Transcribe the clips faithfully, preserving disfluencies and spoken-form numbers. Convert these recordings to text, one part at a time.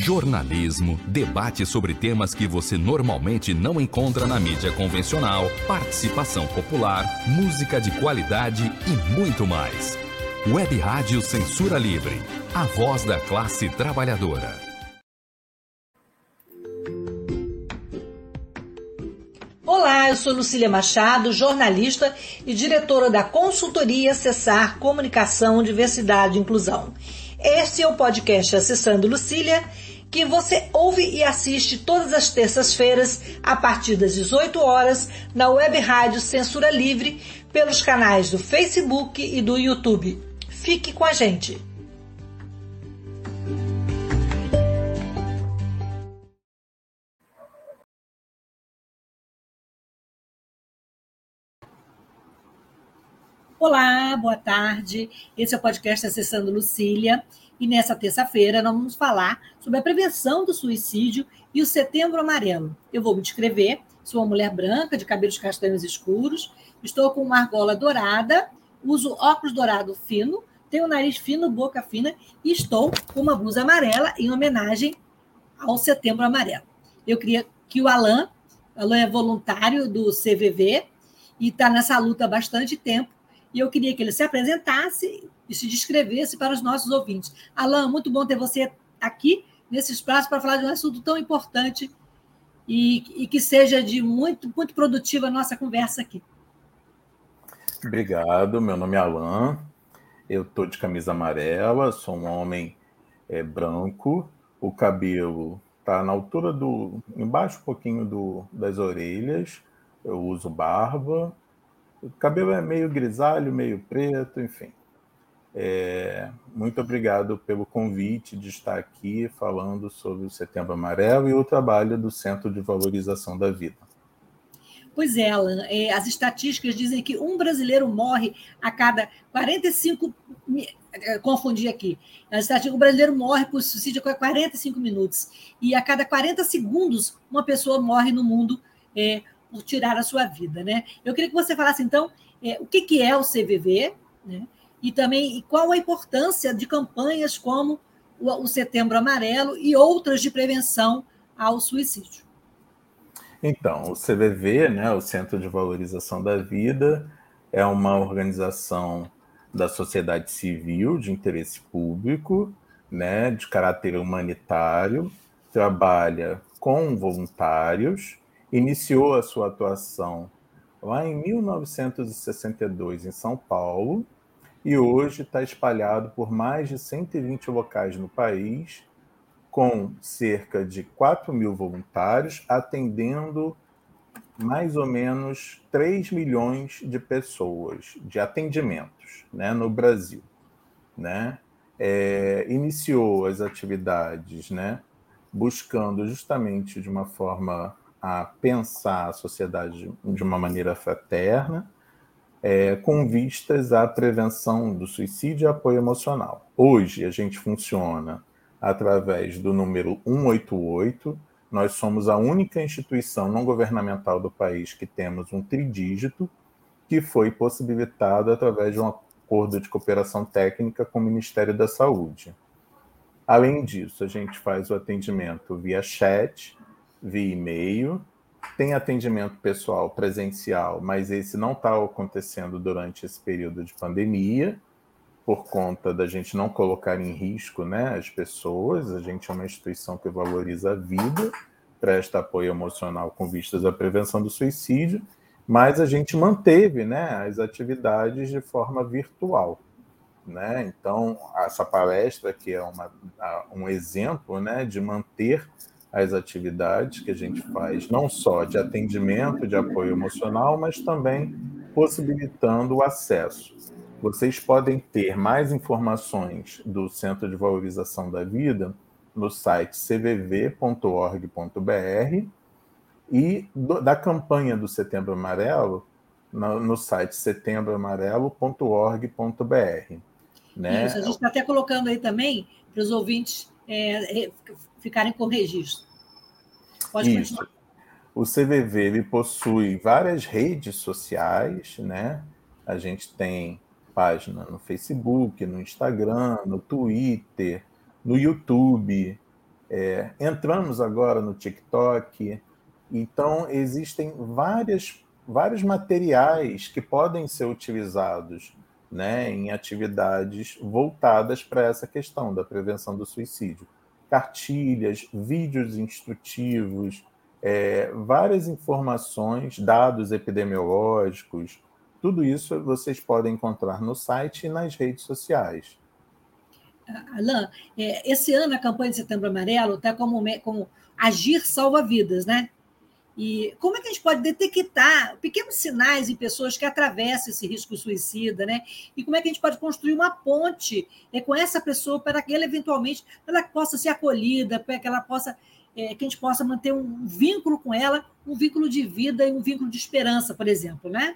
Jornalismo, debate sobre temas que você normalmente não encontra na mídia convencional, participação popular, música de qualidade e muito mais. Web Rádio Censura Livre, a voz da classe trabalhadora. Olá, eu sou Lucília Machado, jornalista e diretora da consultoria Acessar Comunicação, Diversidade e Inclusão. Este é o podcast Acessando Lucília, que você ouve e assiste todas as terças-feiras, a partir das dezoito horas, na Web Rádio Censura Livre, pelos canais do Facebook e do YouTube. Fique com a gente! Olá, boa tarde. Esse é o podcast Acessando Lucília. E nessa terça-feira nós vamos falar sobre a prevenção do suicídio e o Setembro Amarelo. Eu vou me descrever. Sou uma mulher branca, de cabelos castanhos escuros. Estou com uma argola dourada. Uso óculos dourado fino. Tenho nariz fino, boca fina. E estou com uma blusa amarela em homenagem ao Setembro Amarelo. Eu queria que o Alan, Alan é voluntário do C V V e está nessa luta há bastante tempo. E eu queria que ele se apresentasse e se descrevesse para os nossos ouvintes. Alan, muito bom ter você aqui nesse espaço para falar de um assunto tão importante e, e que seja de muito, muito produtiva a nossa conversa aqui. Obrigado, meu nome é Alan, eu estou de camisa amarela, sou um homem é, branco, o cabelo está na altura do... embaixo um pouquinho do, das orelhas, eu uso barba. O cabelo é meio grisalho, meio preto, enfim. É, muito obrigado pelo convite de estar aqui falando sobre o Setembro Amarelo e o trabalho do Centro de Valorização da Vida. Pois é, Alan, é, as estatísticas dizem que um brasileiro morre a cada quarenta e cinco... Confundi aqui. As estatísticas, o brasileiro morre por suicídio a cada quarenta e cinco minutos. E a cada quarenta segundos, uma pessoa morre no mundo é, por tirar a sua vida, né? Eu queria que você falasse, então, é, o que, que é o C V V, né? E também e qual a importância de campanhas como o, o Setembro Amarelo e outras de prevenção ao suicídio. Então, o C V V, né, o Centro de Valorização da Vida, é uma organização da sociedade civil de interesse público, né, de caráter humanitário, trabalha com voluntários, iniciou a sua atuação lá em mil novecentos e sessenta e dois em São Paulo e hoje está espalhado por mais de cento e vinte locais no país, com cerca de quatro mil voluntários, atendendo mais ou menos três milhões de pessoas, de atendimentos, né, no Brasil. Né? É, iniciou as atividades, né, buscando justamente de uma forma a pensar a sociedade de uma maneira fraterna, é, com vistas à prevenção do suicídio e apoio emocional. Hoje a gente funciona através do número cento e oitenta e oito, nós somos a única instituição não governamental do país que temos um tridígito, que foi possibilitado através de um acordo de cooperação técnica com o Ministério da Saúde. Além disso, a gente faz o atendimento via chat, via e-mail, tem atendimento pessoal presencial, mas esse não está acontecendo durante esse período de pandemia, por conta da gente não colocar em risco, né, as pessoas. A gente é uma instituição que valoriza a vida, presta apoio emocional com vistas à prevenção do suicídio, mas a gente manteve, né, as atividades de forma virtual. Né? Então, essa palestra que é uma, um exemplo, né, de manter as atividades que a gente faz, não só de atendimento, de apoio emocional, mas também possibilitando o acesso. Vocês podem ter mais informações do Centro de Valorização da Vida no site c v v ponto org ponto b r e do, da campanha do Setembro Amarelo no, no site setembro amarelo ponto org ponto b r. Né? Isso, a gente está até colocando aí também para os ouvintes é, ficarem com registro. Pode Isso. continuar. O C V V ele possui várias redes sociais, né? A gente tem página no Facebook, no Instagram, no Twitter, no YouTube, É, entramos agora no TikTok, então existem várias, vários materiais que podem ser utilizados, né, em atividades voltadas para essa questão da prevenção do suicídio. Cartilhas, vídeos instrutivos, é, várias informações, dados epidemiológicos, tudo isso vocês podem encontrar no site e nas redes sociais. Alain, é, esse ano a campanha de Setembro Amarelo está como, como Agir Salva Vidas, né? E como é que a gente pode detectar pequenos sinais em pessoas que atravessam esse risco suicida, né? E como é que a gente pode construir uma ponte é, com essa pessoa para que ela, eventualmente, ela possa ser acolhida, para que ela possa, é, que a gente possa manter um vínculo com ela, um vínculo de vida e um vínculo de esperança, por exemplo, né?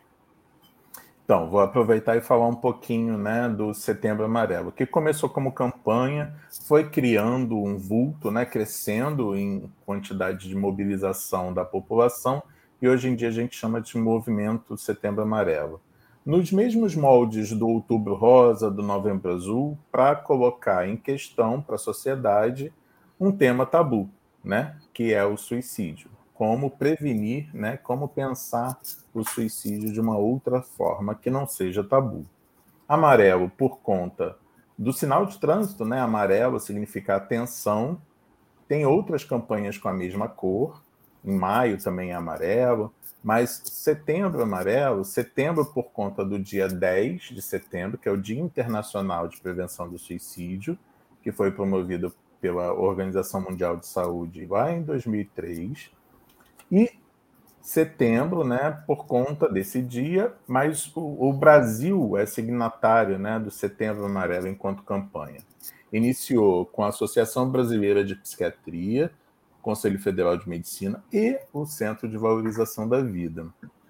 Então, vou aproveitar e falar um pouquinho, né, do Setembro Amarelo, que começou como campanha, foi criando um vulto, né, crescendo em quantidade de mobilização da população, e hoje em dia a gente chama de movimento Setembro Amarelo. Nos mesmos moldes do Outubro Rosa, do Novembro Azul, para colocar em questão para a sociedade um tema tabu, né, que é o suicídio. Como prevenir, né, como pensar o suicídio de uma outra forma que não seja tabu. Amarelo, por conta do sinal de trânsito, né, amarelo significa atenção. Tem outras campanhas com a mesma cor, em maio também é amarelo, mas Setembro Amarelo, setembro por conta do dia dez de setembro, que é o Dia Internacional de Prevenção do Suicídio, que foi promovido pela Organização Mundial de Saúde lá em dois mil e três, e setembro, né, por conta desse dia, mas o, o Brasil é signatário, né, do Setembro Amarelo enquanto campanha. Iniciou com a Associação Brasileira de Psiquiatria, Conselho Federal de Medicina e o Centro de Valorização da Vida.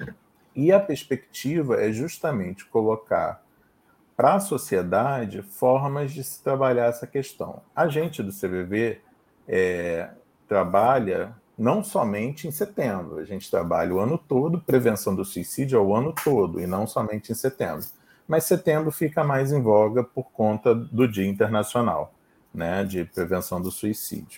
E a perspectiva é justamente colocar para a sociedade formas de se trabalhar essa questão. A gente do C V V é, trabalha não somente em setembro, a gente trabalha o ano todo, prevenção do suicídio é o ano todo, e não somente em setembro. Mas setembro fica mais em voga por conta do Dia Internacional, né, de Prevenção do Suicídio.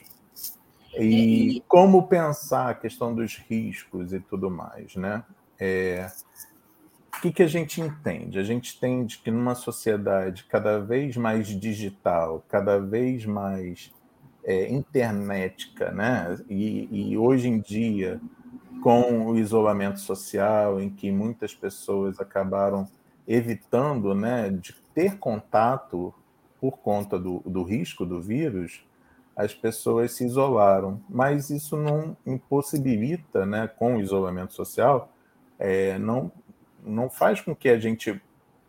E, e como pensar a questão dos riscos e tudo mais, né? É, o que, que a gente entende? A gente entende que numa sociedade cada vez mais digital, cada vez mais é, internética, né? E, e hoje em dia, com o isolamento social, em que muitas pessoas acabaram evitando, né, de ter contato por conta do, do risco do vírus, as pessoas se isolaram. Mas isso não impossibilita, né, com o isolamento social, é, não, não faz com que a gente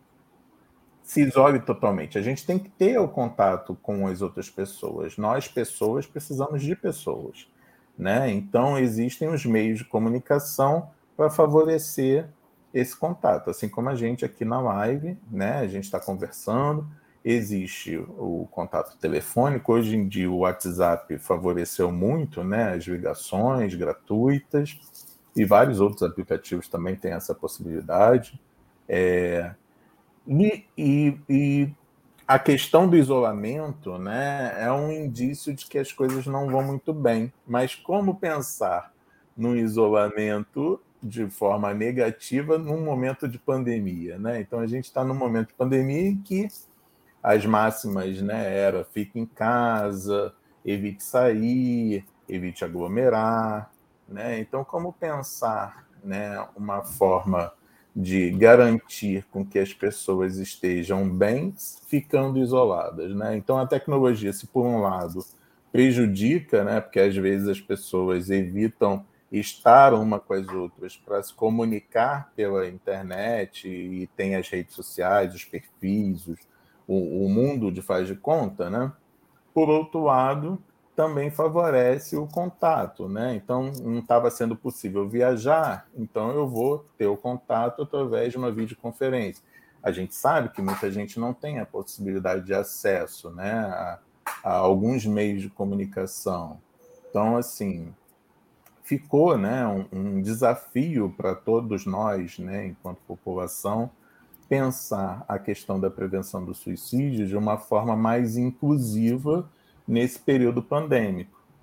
se isole totalmente. A gente tem que ter o contato com as outras pessoas. Nós, pessoas, precisamos de pessoas, né? Então, existem os meios de comunicação para favorecer esse contato. Assim como a gente aqui na live, né? A gente está conversando, existe o contato telefônico. Hoje em dia, o WhatsApp favoreceu muito, né? As ligações gratuitas, e vários outros aplicativos também têm essa possibilidade. É... E, e, e a questão do isolamento, né, é um indício de que as coisas não vão muito bem. Mas como pensar no isolamento de forma negativa num momento de pandemia, né? Então a gente está num momento de pandemia em que as máximas, né, eram fique em casa, evite sair, evite aglomerar, né? Então como pensar, né, uma forma de garantir com que as pessoas estejam bem ficando isoladas, né? Então a tecnologia, se por um lado prejudica, né, porque às vezes as pessoas evitam estar uma com as outras para se comunicar pela internet, e tem as redes sociais, os perfis, os, o, o mundo de faz de conta, né? Por outro lado, também favorece o contato, né? Então, não estava sendo possível viajar, então eu vou ter o contato através de uma videoconferência. A gente sabe que muita gente não tem a possibilidade de acesso, né, a, a alguns meios de comunicação. Então, assim, ficou, né, um, um desafio para todos nós, né, enquanto população, pensar a questão da prevenção do suicídio de uma forma mais inclusiva nesse período pandêmico,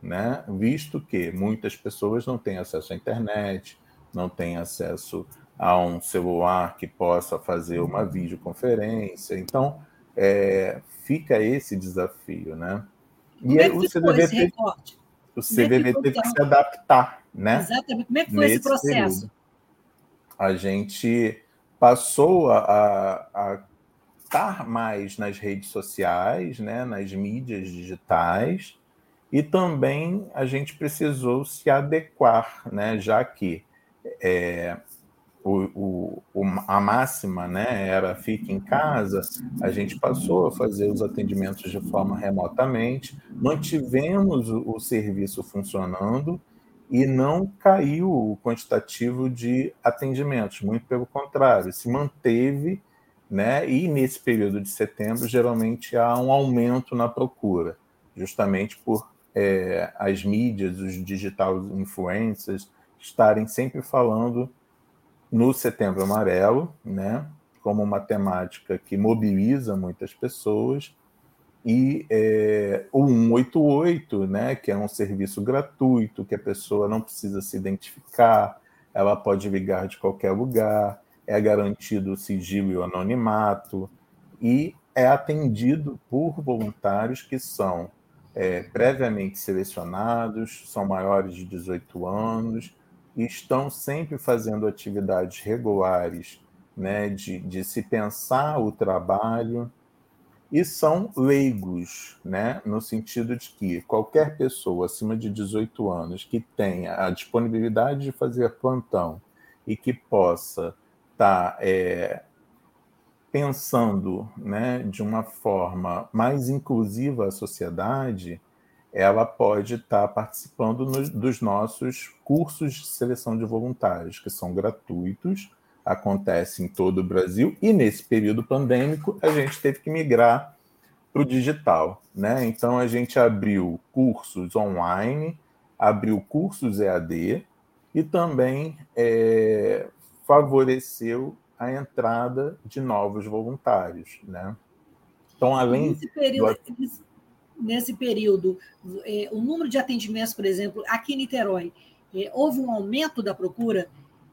né? Visto que muitas pessoas não têm acesso à internet, não têm acesso a um celular que possa fazer uma videoconferência. Então, é, fica esse desafio, né? Como E é aí, que o ficou esse C V V teve, recorte? o Como é que C V V ficou, teve que então? se adaptar, né? Exatamente. Como é que foi esse Nesse processo? período. A gente passou a, a, a estar mais nas redes sociais, né, nas mídias digitais, e também a gente precisou se adequar, né, já que é, o, o, a máxima, né, era fique em casa, a gente passou a fazer os atendimentos de forma remotamente, mantivemos o, o serviço funcionando e não caiu o quantitativo de atendimentos, muito pelo contrário, se manteve, né, e nesse período de setembro geralmente há um aumento na procura, justamente por é, as mídias, os digital influencers estarem sempre falando no Setembro Amarelo, né, como uma temática que mobiliza muitas pessoas, e é, o cento e oitenta e oito, né, que é um serviço gratuito, que a pessoa não precisa se identificar, ela pode ligar de qualquer lugar, é garantido o sigilo e o anonimato, e é atendido por voluntários que são é, previamente selecionados, são maiores de dezoito anos, e estão sempre fazendo atividades regulares, né, de, de se pensar o trabalho, e são leigos, né, no sentido de que qualquer pessoa acima de dezoito anos que tenha a disponibilidade de fazer plantão e que possa estar é, pensando, né, de uma forma mais inclusiva à sociedade, ela pode estar participando no, dos nossos cursos de seleção de voluntários, que são gratuitos, acontecem em todo o Brasil, e nesse período pandêmico a gente teve que migrar para o digital, né? Então a gente abriu cursos online, abriu cursos E A D e também é, favoreceu a entrada de novos voluntários, né? Então, E além nesse do... período, nesse período é, o número de atendimentos, por exemplo, aqui em Niterói, é, houve um aumento da procura?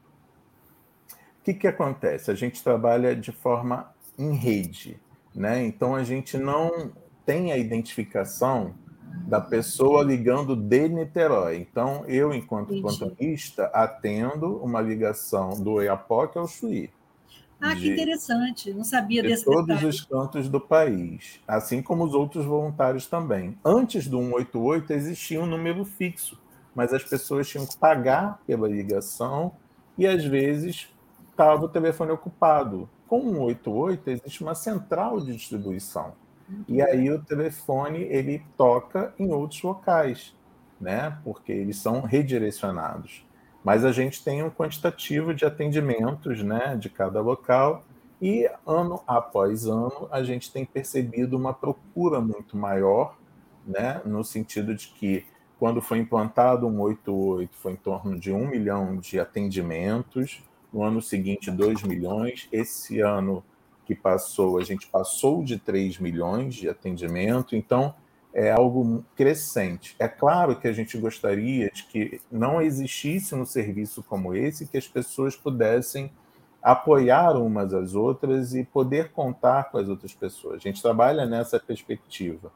O que, que acontece? A gente trabalha de forma em rede, né? Então a gente não tem a identificação da pessoa ligando de Niterói. Então eu, enquanto Entendi. plantonista, atendo uma ligação do Oiapoque ao Chuí, Ah, que de, interessante, não sabia de desse todos detalhe. os cantos do país, assim como os outros voluntários também. Antes do cento e oitenta e oito existia um número fixo, mas as pessoas tinham que pagar pela ligação e às vezes estava o telefone ocupado. Com o cento e oitenta e oito existe uma central de distribuição. Muito E bom. aí o telefone ele toca em outros locais, né? Porque eles são redirecionados. Mas a gente tem um quantitativo de atendimentos, né, de cada local, e ano após ano a gente tem percebido uma procura muito maior, né, no sentido de que quando foi implantado o cento e oitenta e oito foi em torno de um milhão de atendimentos, no ano seguinte dois milhões, esse ano que passou a gente passou de três milhões de atendimento, então é algo crescente. É claro que a gente gostaria de que não existisse um serviço como esse, que as pessoas pudessem apoiar umas às outras e poder contar com as outras pessoas. A gente trabalha nessa perspectiva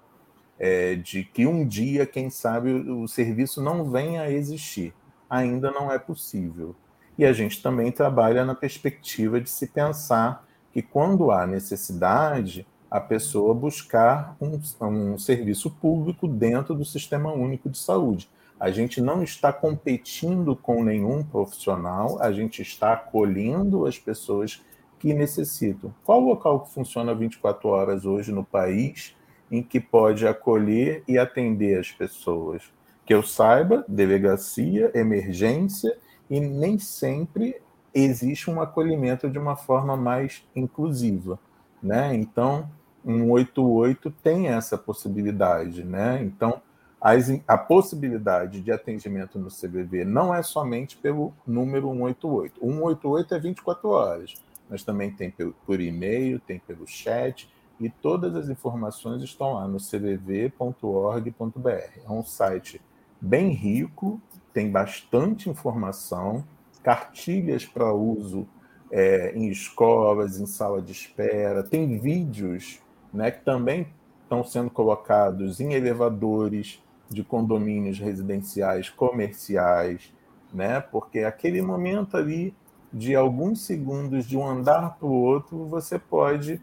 é, de que um dia, quem sabe, o, o serviço não venha a existir. Ainda não é possível. E a gente também trabalha na perspectiva de se pensar que quando há necessidade, a pessoa buscar um, um serviço público dentro do Sistema Único de Saúde. A gente não está competindo com nenhum profissional, a gente está acolhendo as pessoas que necessitam. Qual local que funciona vinte e quatro horas hoje no país em que pode acolher e atender as pessoas? Que eu saiba, delegacia, emergência, e nem sempre existe um acolhimento de uma forma mais inclusiva, né? Então, um cento e oitenta e oito tem essa possibilidade, né? Então, as, a possibilidade de atendimento no C V V não é somente pelo número cento e oitenta e oito. O cento e oitenta e oito é vinte e quatro horas, mas também tem por, por e-mail, tem pelo chat, e todas as informações estão lá no c v v ponto org ponto b r. É um site bem rico, tem bastante informação, cartilhas para uso é, em escolas, em sala de espera, tem vídeos, né, que também estão sendo colocados em elevadores de condomínios residenciais comerciais, né, porque aquele momento ali de alguns segundos de um andar para o outro, você pode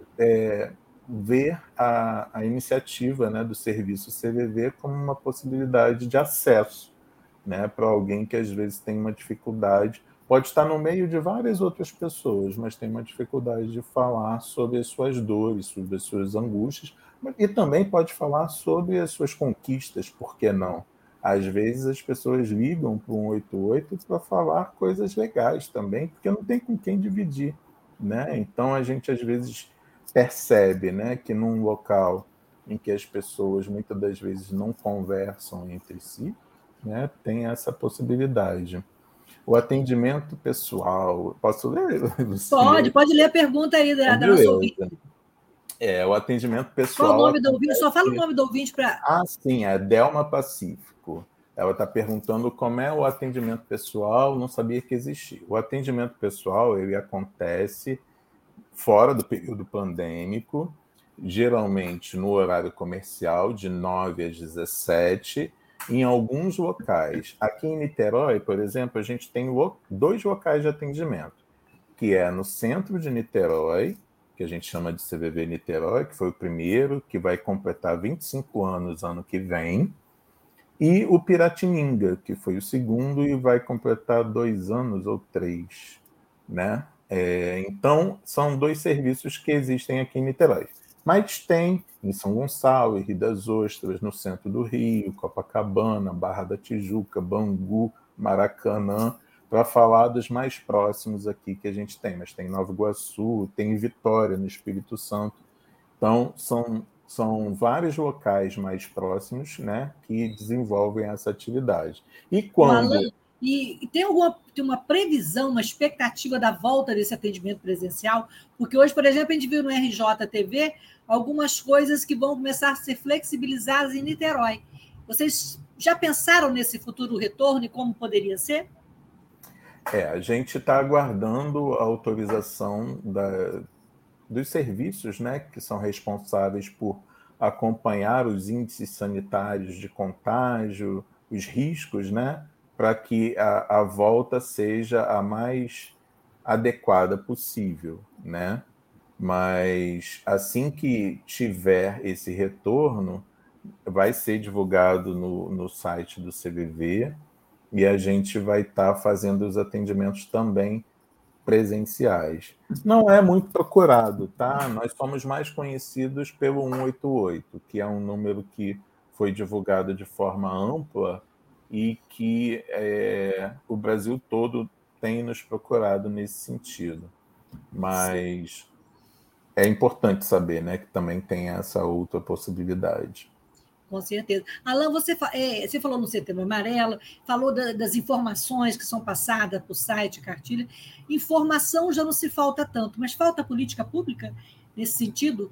é, ver a, a iniciativa, né, do serviço C V V como uma possibilidade de acesso, né, para alguém que às vezes tem uma dificuldade, pode estar no meio de várias outras pessoas, mas tem uma dificuldade de falar sobre as suas dores, sobre as suas angústias, e também pode falar sobre as suas conquistas, por que não? Às vezes as pessoas ligam para o um oito oito para falar coisas legais também, porque não tem com quem dividir, né? Então a gente às vezes percebe, né, que num local em que as pessoas muitas das vezes não conversam entre si, né, tem essa possibilidade. O atendimento pessoal, posso ler, Lucília? Pode, pode ler a pergunta aí da, Então, da nossa beleza. ouvinte. É, o atendimento Qual o pessoal... nome do ouvinte? Só fala o nome do ouvinte para... Ah, sim, é Delma Pacífico. Ela está perguntando como é o atendimento pessoal, não sabia que existia. O atendimento pessoal, ele acontece fora do período pandêmico, geralmente no horário comercial, de nove às dezessete, em alguns locais. Aqui em Niterói, por exemplo, a gente tem dois locais de atendimento, que é no centro de Niterói, que a gente chama de C V V Niterói, que foi o primeiro, que vai completar vinte e cinco anos ano que vem, e o Piratininga, que foi o segundo e vai completar dois anos ou três, né? É, então, são dois serviços que existem aqui em Niterói. Mas tem em São Gonçalo, em Rio das Ostras, no centro do Rio, Copacabana, Barra da Tijuca, Bangu, Maracanã, para falar dos mais próximos aqui que a gente tem. Mas tem Nova Iguaçu, tem Vitória, no Espírito Santo. Então, são, são vários locais mais próximos, né, que desenvolvem essa atividade. E quando... Alan, e, e tem alguma tem uma previsão, uma expectativa da volta desse atendimento presencial? Porque hoje, por exemplo, a gente viu no R J T V algumas coisas que vão começar a ser flexibilizadas em Niterói. Vocês já pensaram nesse futuro retorno e como poderia ser? É, a gente está aguardando a autorização da, dos serviços, né, que são responsáveis por acompanhar os índices sanitários de contágio, os riscos, né, para que a, a volta seja a mais adequada possível, né? Mas assim que tiver esse retorno, vai ser divulgado no, no site do C V V e a gente vai estar tá fazendo os atendimentos também presenciais. Não é muito procurado, tá? Nós somos mais conhecidos pelo um oito oito, que é um número que foi divulgado de forma ampla e que é, o Brasil todo tem nos procurado nesse sentido. Mas é importante saber, né, que também tem essa outra possibilidade. Com certeza. Alan, você, é, você falou no Setembro Amarelo, falou da, das informações que são passadas por site, cartilha. Informação já não se falta tanto, mas falta política pública nesse sentido?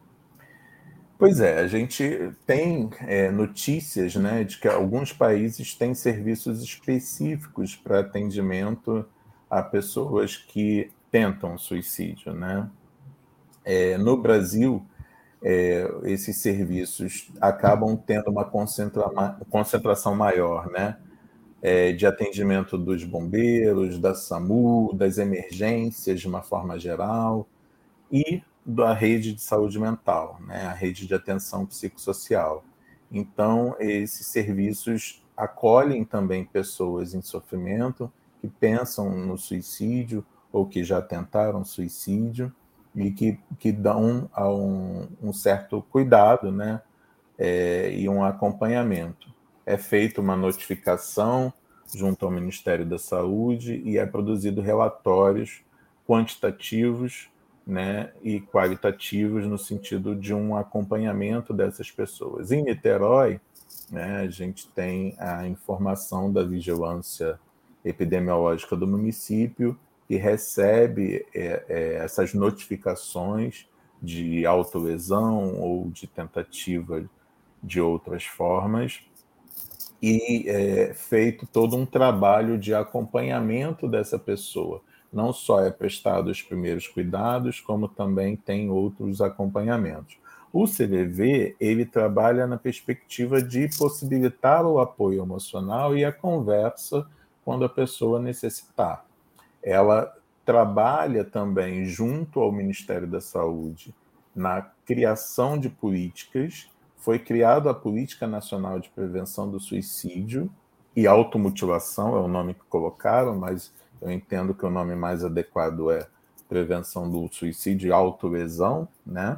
Pois é, a gente tem é, notícias, né, de que alguns países têm serviços específicos para atendimento a pessoas que tentam suicídio, né? É, no Brasil, é, esses serviços acabam tendo uma concentra concentração maior, né? É, de atendimento dos bombeiros, da SAMU, das emergências de uma forma geral, e da rede de saúde mental, né? A rede de atenção psicossocial. Então, esses serviços acolhem também pessoas em sofrimento que pensam no suicídio ou que já tentaram suicídio e que, que dão a um, um certo cuidado, né? É, e um acompanhamento. É feita uma notificação junto ao Ministério da Saúde e é produzido relatórios quantitativos, né, e qualitativos no sentido de um acompanhamento dessas pessoas. Em Niterói, né, a gente tem a informação da vigilância epidemiológica do município, que recebe é, é, essas notificações de autolesão ou de tentativa de outras formas, e é, feito todo um trabalho de acompanhamento dessa pessoa. Não só é prestado os primeiros cuidados, como também tem outros acompanhamentos. O C V V, ele trabalha na perspectiva de possibilitar o apoio emocional e a conversa quando a pessoa necessitar. Ela trabalha também junto ao Ministério da Saúde na criação de políticas. Foi criada a Política Nacional de Prevenção do Suicídio e Automutilação, é o nome que colocaram, mas eu entendo que o nome mais adequado é Prevenção do Suicídio e Autolesão, né?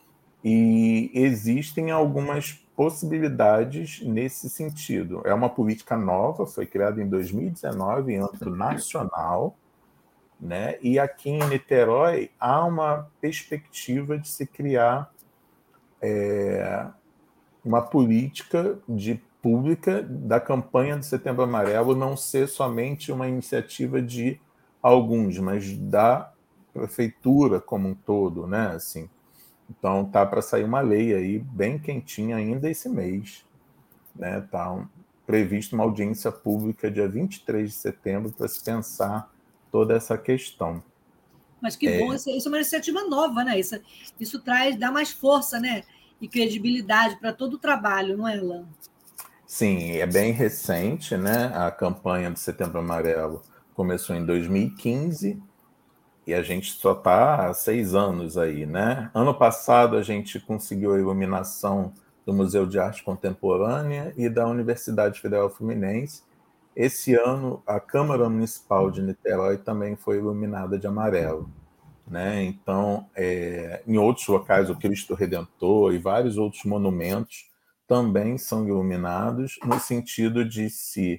E existem algumas possibilidades nesse sentido. É uma política nova, foi criada em dois mil e dezenove, em âmbito nacional, né? E aqui em Niterói há uma perspectiva de se criar é, uma política de pública da campanha do Setembro Amarelo não ser somente uma iniciativa de alguns, mas da prefeitura como um todo, né? Assim, então tá para sair uma lei aí bem quentinha ainda esse mês, né? Tá um, previsto uma audiência pública dia vinte e três de setembro para se pensar toda essa questão. Mas que bom, é... isso é uma iniciativa nova, né? Isso, isso traz, dá mais força, né? E credibilidade para todo o trabalho, não é, Elan? Sim, é bem recente, né? A campanha do Setembro Amarelo começou em dois mil e quinze e a gente só está há seis anos aí, né? Ano passado a gente conseguiu a iluminação do Museu de Arte Contemporânea e da Universidade Federal Fluminense. Esse ano a Câmara Municipal de Niterói também foi iluminada de amarelo, né? Então, é, em outros locais, o Cristo Redentor e vários outros monumentos também são iluminados no sentido de se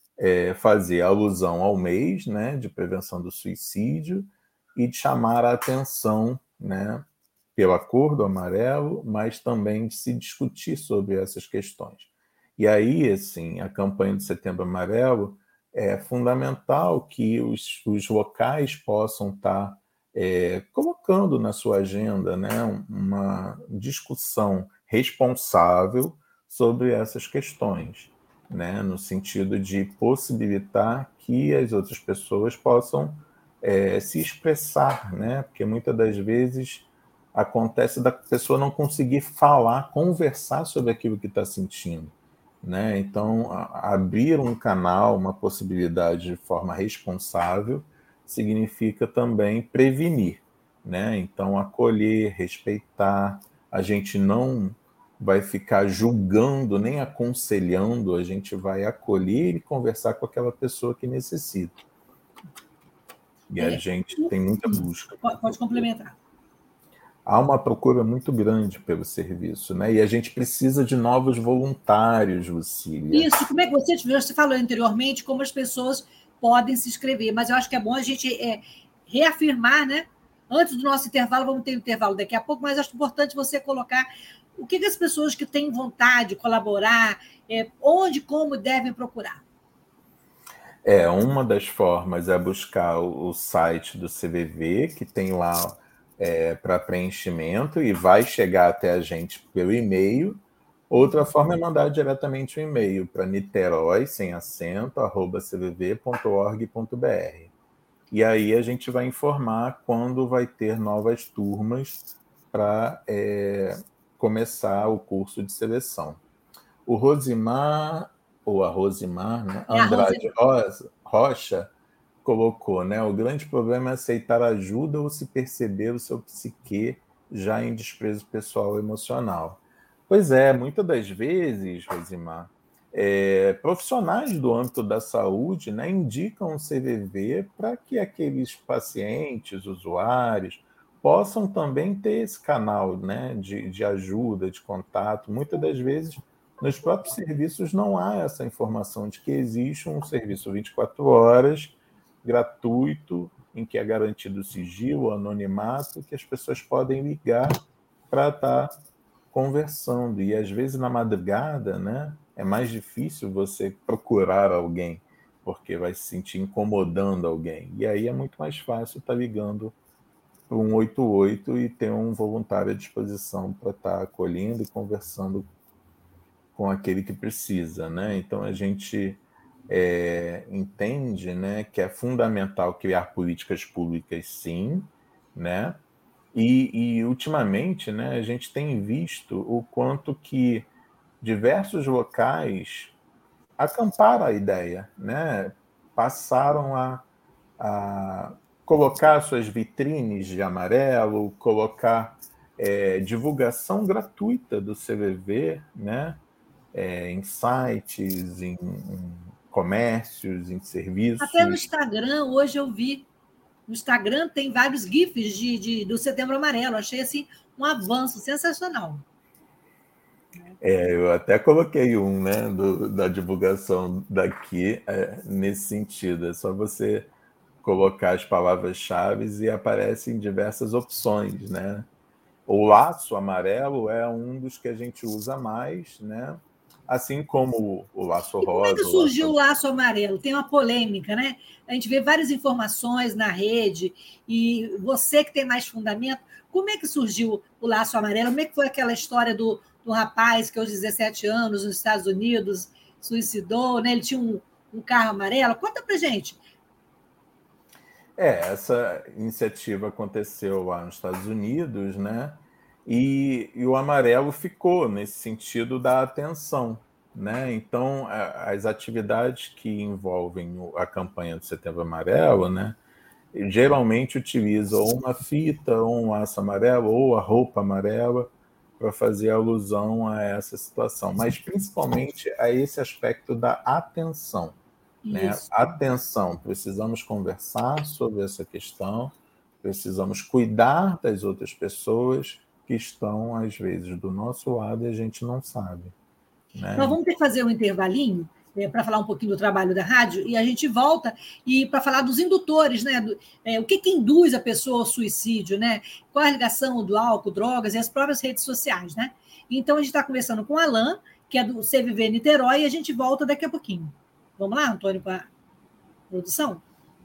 é, fazer alusão ao mês, né, de prevenção do suicídio e de chamar a atenção, né, pela cor do amarelo, mas também de se discutir sobre essas questões. E aí, assim, a campanha do Setembro Amarelo é fundamental que os, os locais possam estar é, colocando na sua agenda, né, uma discussão responsável sobre essas questões, né, no sentido de possibilitar que as outras pessoas possam é, se expressar, né, porque muitas das vezes acontece da pessoa não conseguir falar, conversar sobre aquilo que está sentindo, né? Então, a, abrir um canal, uma possibilidade de forma responsável, significa também prevenir, né? Então, acolher, respeitar, a gente não vai ficar julgando nem aconselhando, a gente vai acolher e conversar com aquela pessoa que necessita. E a é, gente tem muita busca. Pode, pode complementar. Há uma procura muito grande pelo serviço, né? E a gente precisa de novos voluntários, Lucília. Isso, como é que você, você falou anteriormente como as pessoas podem se inscrever, mas eu acho que é bom a gente é, reafirmar, né? Antes do nosso intervalo, vamos ter um intervalo daqui a pouco, mas acho importante você colocar o que, que as pessoas que têm vontade de colaborar, é, onde, como devem procurar. É, uma das formas é buscar o, o site do C V V, que tem lá é, para preenchimento e vai chegar até a gente pelo e-mail. Outra forma é mandar diretamente um e-mail para niterói, sem acento, arroba c v v ponto org ponto b r. E aí a gente vai informar quando vai ter novas turmas para é, começar o curso de seleção. O Rosimar, ou a Rosimar, né? É a Andrade Rosa, Rocha, colocou, né? O grande problema é aceitar ajuda ou se perceber o seu psique já em desprezo pessoal emocional. Pois é, muitas das vezes, Rosimar, é, profissionais do âmbito da saúde, né, indicam o C V V para que aqueles pacientes, usuários, possam também ter esse canal, né, de, de ajuda, de contato. Muitas das vezes, nos próprios serviços não há essa informação de que existe um serviço vinte e quatro horas, gratuito, em que é garantido o sigilo, o anonimato, que as pessoas podem ligar para estar conversando. E às vezes na madrugada, né, é mais difícil você procurar alguém, porque vai se sentir incomodando alguém. E aí é muito mais fácil estar ligando para um oito oito e ter um voluntário à disposição para estar acolhendo e conversando com aquele que precisa, né? Então a gente é, entende, né, que é fundamental criar políticas públicas, sim, né? E, e ultimamente, né, a gente tem visto o quanto que diversos locais acamparam a ideia, né? Passaram a, a colocar suas vitrines de amarelo, colocar é, divulgação gratuita do C V V, né? É, em sites, em, em comércios, em Até no serviços. Instagram, hoje eu vi, no Instagram tem vários GIFs de, de, do Setembro Amarelo. Achei assim um avanço sensacional. É, eu até coloquei um, né, do, da divulgação daqui é, nesse sentido. É só você colocar as palavras-chave e aparecem diversas opções, né? O laço amarelo é um dos que a gente usa mais, né? Assim como o laço E como é que rosa, o surgiu o laço... laço amarelo? Tem uma polêmica, né? A gente vê várias informações na rede, e você que tem mais fundamento, como é que surgiu o laço amarelo? Como é que foi aquela história do, do rapaz que aos dezessete anos, nos Estados Unidos, suicidou, né? Ele tinha um, um carro amarelo? Conta pra gente. É, essa iniciativa aconteceu lá nos Estados Unidos, né? E, e o amarelo ficou nesse sentido da atenção, né? Então, a, as atividades que envolvem o- a campanha do Setembro Amarelo, né? Geralmente utilizam ou uma fita, ou um laço amarelo, ou a roupa amarela para fazer alusão a essa situação, mas principalmente a esse aspecto da atenção, né? Isso. Atenção, precisamos conversar sobre essa questão, precisamos cuidar das outras pessoas que estão, às vezes, do nosso lado e a gente não sabe, Nós né? vamos ter que fazer um intervalinho é, para falar um pouquinho do trabalho da rádio, e a gente volta e para falar dos indutores, né? Do, é, o que, que induz a pessoa ao suicídio, né? Qual é a ligação do álcool, drogas e as próprias redes sociais, né? Então, a gente está conversando com o Alan, que é do C V V Niterói, e a gente volta daqui a pouquinho. Vamos lá, Antônio, com a produção?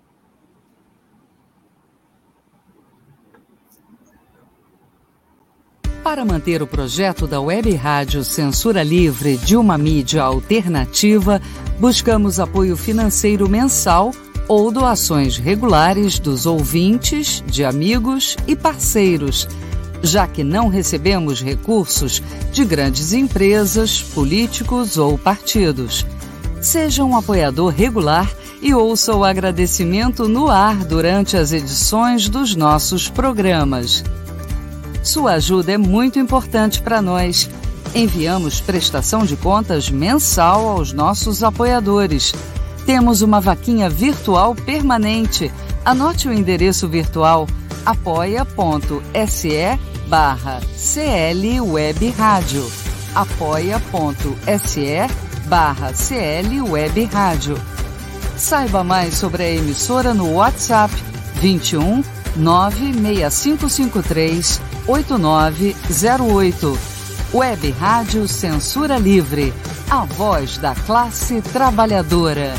Para manter o projeto da Web Rádio Censura Livre de uma mídia alternativa, buscamos apoio financeiro mensal ou doações regulares dos ouvintes, de amigos e parceiros, já que não recebemos recursos de grandes empresas, políticos ou partidos. Seja um apoiador regular e ouça o agradecimento no ar durante as edições dos nossos programas. Sua ajuda é muito importante para nós. Enviamos prestação de contas mensal aos nossos apoiadores. Temos uma vaquinha virtual permanente. Anote o endereço virtual apoia.se barra CL Web Rádio. apoia.se barra CL Web Rádio. Saiba mais sobre a emissora no WhatsApp vinte e um, nove seis cinco cinco três, oito nove zero oito. Web Rádio Censura Livre, a voz da classe trabalhadora.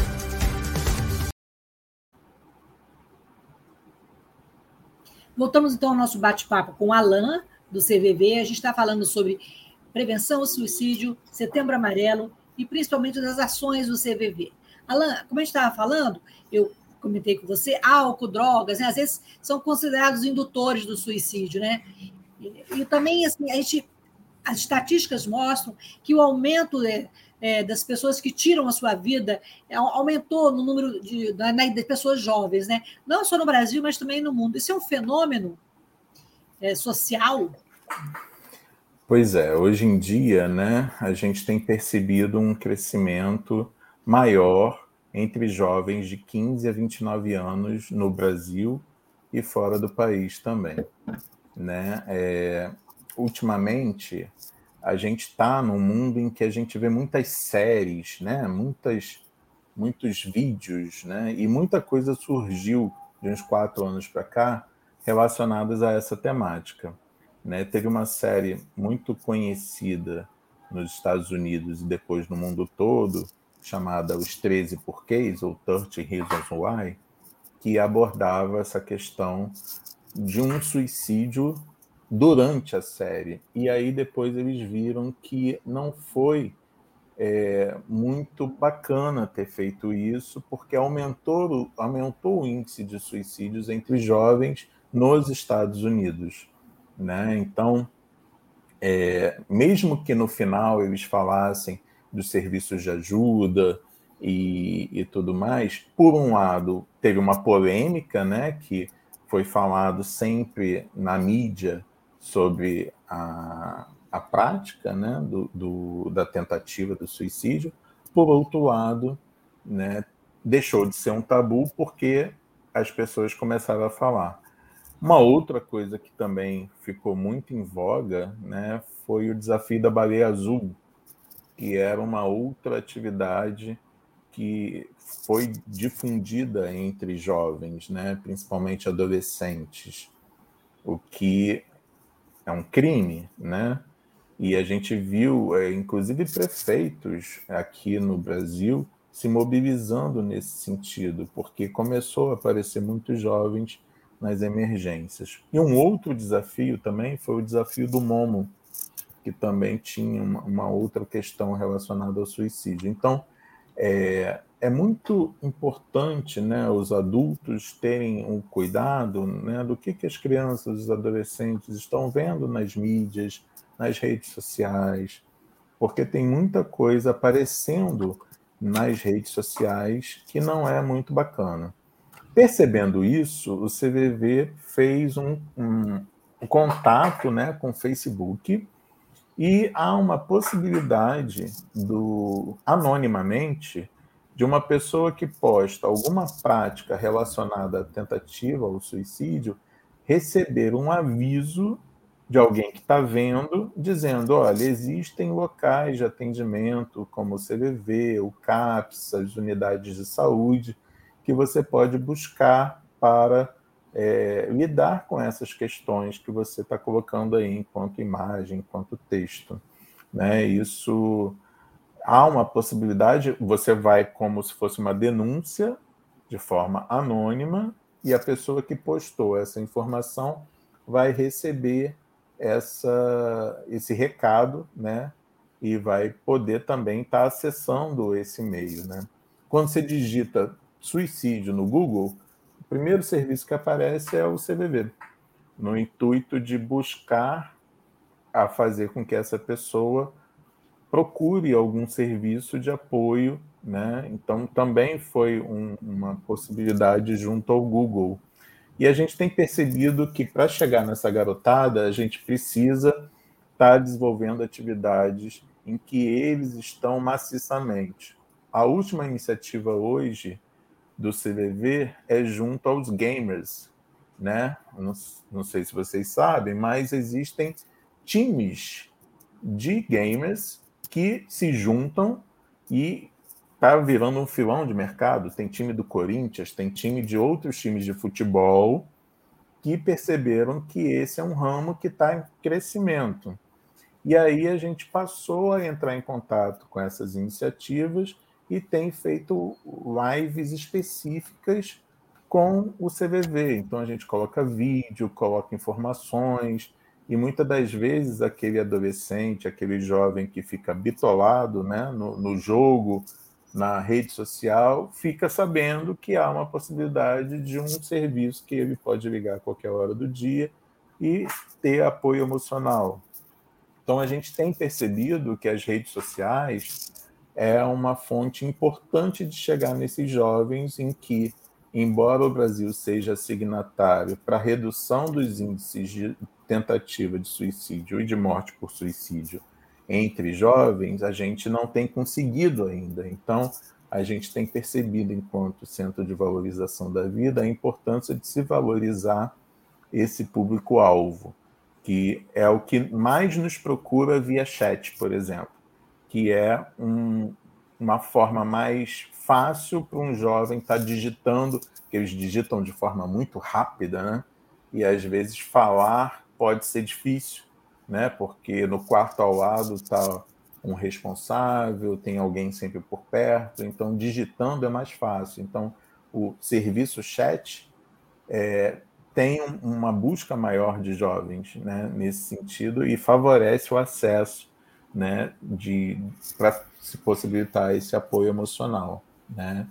Voltamos então ao nosso bate-papo com o Alan, do C V V. A gente está falando sobre prevenção ao suicídio, Setembro Amarelo e principalmente das ações do C V V. Alan, como a gente estava falando, eu comentei com você, álcool, drogas, né? Às vezes são considerados indutores do suicídio, né? E, e também, assim, a gente, as estatísticas mostram que o aumento é, é, das pessoas que tiram a sua vida é, aumentou no número de, de, de pessoas jovens, né? Não só no Brasil, mas também no mundo. Isso é um fenômeno é, social. Pois é, hoje em dia, né, a gente tem percebido um crescimento maior entre jovens de quinze a vinte e nove anos no Brasil e fora do país também, né? É, ultimamente, a gente está num mundo em que a gente vê muitas séries, né? Muitas, muitos vídeos, né? E muita coisa surgiu de uns quatro anos para cá relacionadas a essa temática, né? Teve uma série muito conhecida nos Estados Unidos e depois no mundo todo, chamada Os treze Porquês, ou thirty Reasons Why, que abordava essa questão de um suicídio durante a série. E aí depois eles viram que não foi é muito bacana ter feito isso, porque aumentou, aumentou o índice de suicídios entre jovens nos Estados Unidos, né? Então, é, mesmo que no final eles falassem dos serviços de ajuda e, e tudo mais, por um lado, teve uma polêmica, né, que foi falado sempre na mídia sobre a, a prática, né, do, do, da tentativa do suicídio. Por outro lado, né, deixou de ser um tabu porque as pessoas começaram a falar. Uma outra coisa que também ficou muito em voga, né, foi o desafio da baleia azul, que era uma outra atividade que foi difundida entre jovens, né, principalmente adolescentes, o que é um crime, né? E a gente viu, é, inclusive, prefeitos aqui no Brasil se mobilizando nesse sentido, porque começou a aparecer muitos jovens nas emergências. E um outro desafio também foi o desafio do Momo, que também tinha uma, uma outra questão relacionada ao suicídio. Então, é, é muito importante, né, os adultos terem um cuidado, né, do que, que as crianças, os adolescentes estão vendo nas mídias, nas redes sociais, porque tem muita coisa aparecendo nas redes sociais que não é muito bacana. Percebendo isso, o C V V fez um, um, um contato, né, com o Facebook, e há uma possibilidade, do, anonimamente, de uma pessoa que posta alguma prática relacionada à tentativa ao suicídio receber um aviso de alguém que está vendo, dizendo, olha, existem locais de atendimento como o C V V, o CAPS, as unidades de saúde, que você pode buscar para é, lidar com essas questões que você está colocando aí enquanto imagem, enquanto texto, né? Isso, há uma possibilidade, você vai como se fosse uma denúncia de forma anônima e a pessoa que postou essa informação vai receber essa, esse recado, né? E vai poder também estar acessando esse e-mail, né? Quando você digita suicídio no Google, o primeiro serviço que aparece é o C V V, no intuito de buscar a fazer com que essa pessoa procure algum serviço de apoio, né? Então, também foi um, uma possibilidade junto ao Google. E a gente tem percebido que, para chegar nessa garotada, a gente precisa estar desenvolvendo atividades em que eles estão maciçamente. A última iniciativa hoje do C V V é junto aos gamers, né? Não, não sei se vocês sabem, mas existem times de gamers que se juntam e está virando um filão de mercado. Tem time do Corinthians, tem time de outros times de futebol que perceberam que esse é um ramo que está em crescimento. E aí a gente passou a entrar em contato com essas iniciativas e tem feito lives específicas com o C V V. Então a gente coloca vídeo, coloca informações, e muitas das vezes aquele adolescente, aquele jovem que fica bitolado, né, no, no jogo, na rede social, fica sabendo que há uma possibilidade de um serviço que ele pode ligar a qualquer hora do dia e ter apoio emocional. Então, a gente tem percebido que as redes sociais é uma fonte importante de chegar nesses jovens em que, embora o Brasil seja signatário para a redução dos índices de tentativa de suicídio e de morte por suicídio entre jovens, a gente não tem conseguido ainda. Então, a gente tem percebido, enquanto Centro de Valorização da Vida, a importância de se valorizar esse público-alvo, que é o que mais nos procura via chat, por exemplo, que é um, uma forma mais fácil para um jovem estar tá digitando, que eles digitam de forma muito rápida, né? E às vezes falar pode ser difícil, né? Porque no quarto ao lado está um responsável, tem alguém sempre por perto, então digitando é mais fácil. Então, o serviço chat é, tem uma busca maior de jovens, né, nesse sentido, e favorece o acesso né, de, para se possibilitar esse apoio emocional, né?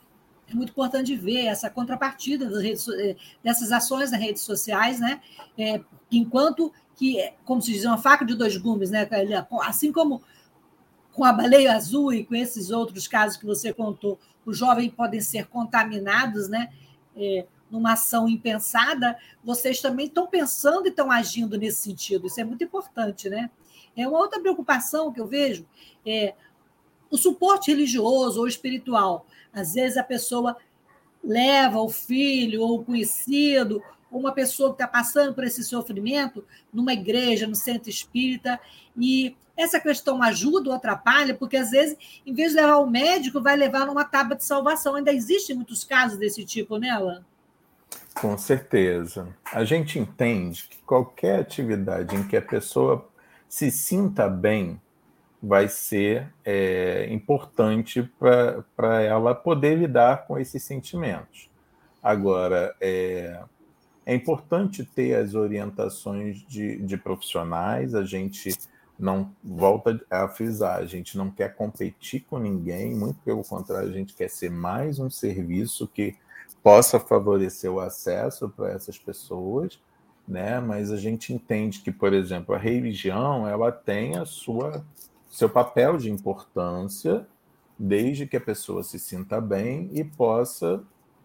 É muito importante ver essa contrapartida das redes, dessas ações nas redes sociais, né? É, enquanto que, como se diz, uma faca de dois gumes, né? Assim como com a baleia azul e com esses outros casos que você contou, os jovens podem ser contaminados, né? É, numa ação impensada, vocês também estão pensando e estão agindo nesse sentido. Isso é muito importante, né? É uma outra preocupação que eu vejo é o suporte religioso ou espiritual. Às vezes a pessoa leva o filho ou o conhecido, ou uma pessoa que está passando por esse sofrimento, numa igreja, no centro espírita, e essa questão ajuda ou atrapalha, porque às vezes, em vez de levar ao médico, vai levar numa tábua de salvação. Ainda existem muitos casos desse tipo, né, Alan? Com certeza. A gente entende que qualquer atividade em que a pessoa se sinta bem vai ser é, importante para ela poder lidar com esses sentimentos. Agora, é, é importante ter as orientações de, de profissionais, a gente não, volta a frisar, a gente não quer competir com ninguém, muito pelo contrário, a gente quer ser mais um serviço que possa favorecer o acesso para essas pessoas, né? Mas a gente entende que, por exemplo, a religião ela tem a sua seu papel de importância, desde que a pessoa se sinta bem e possa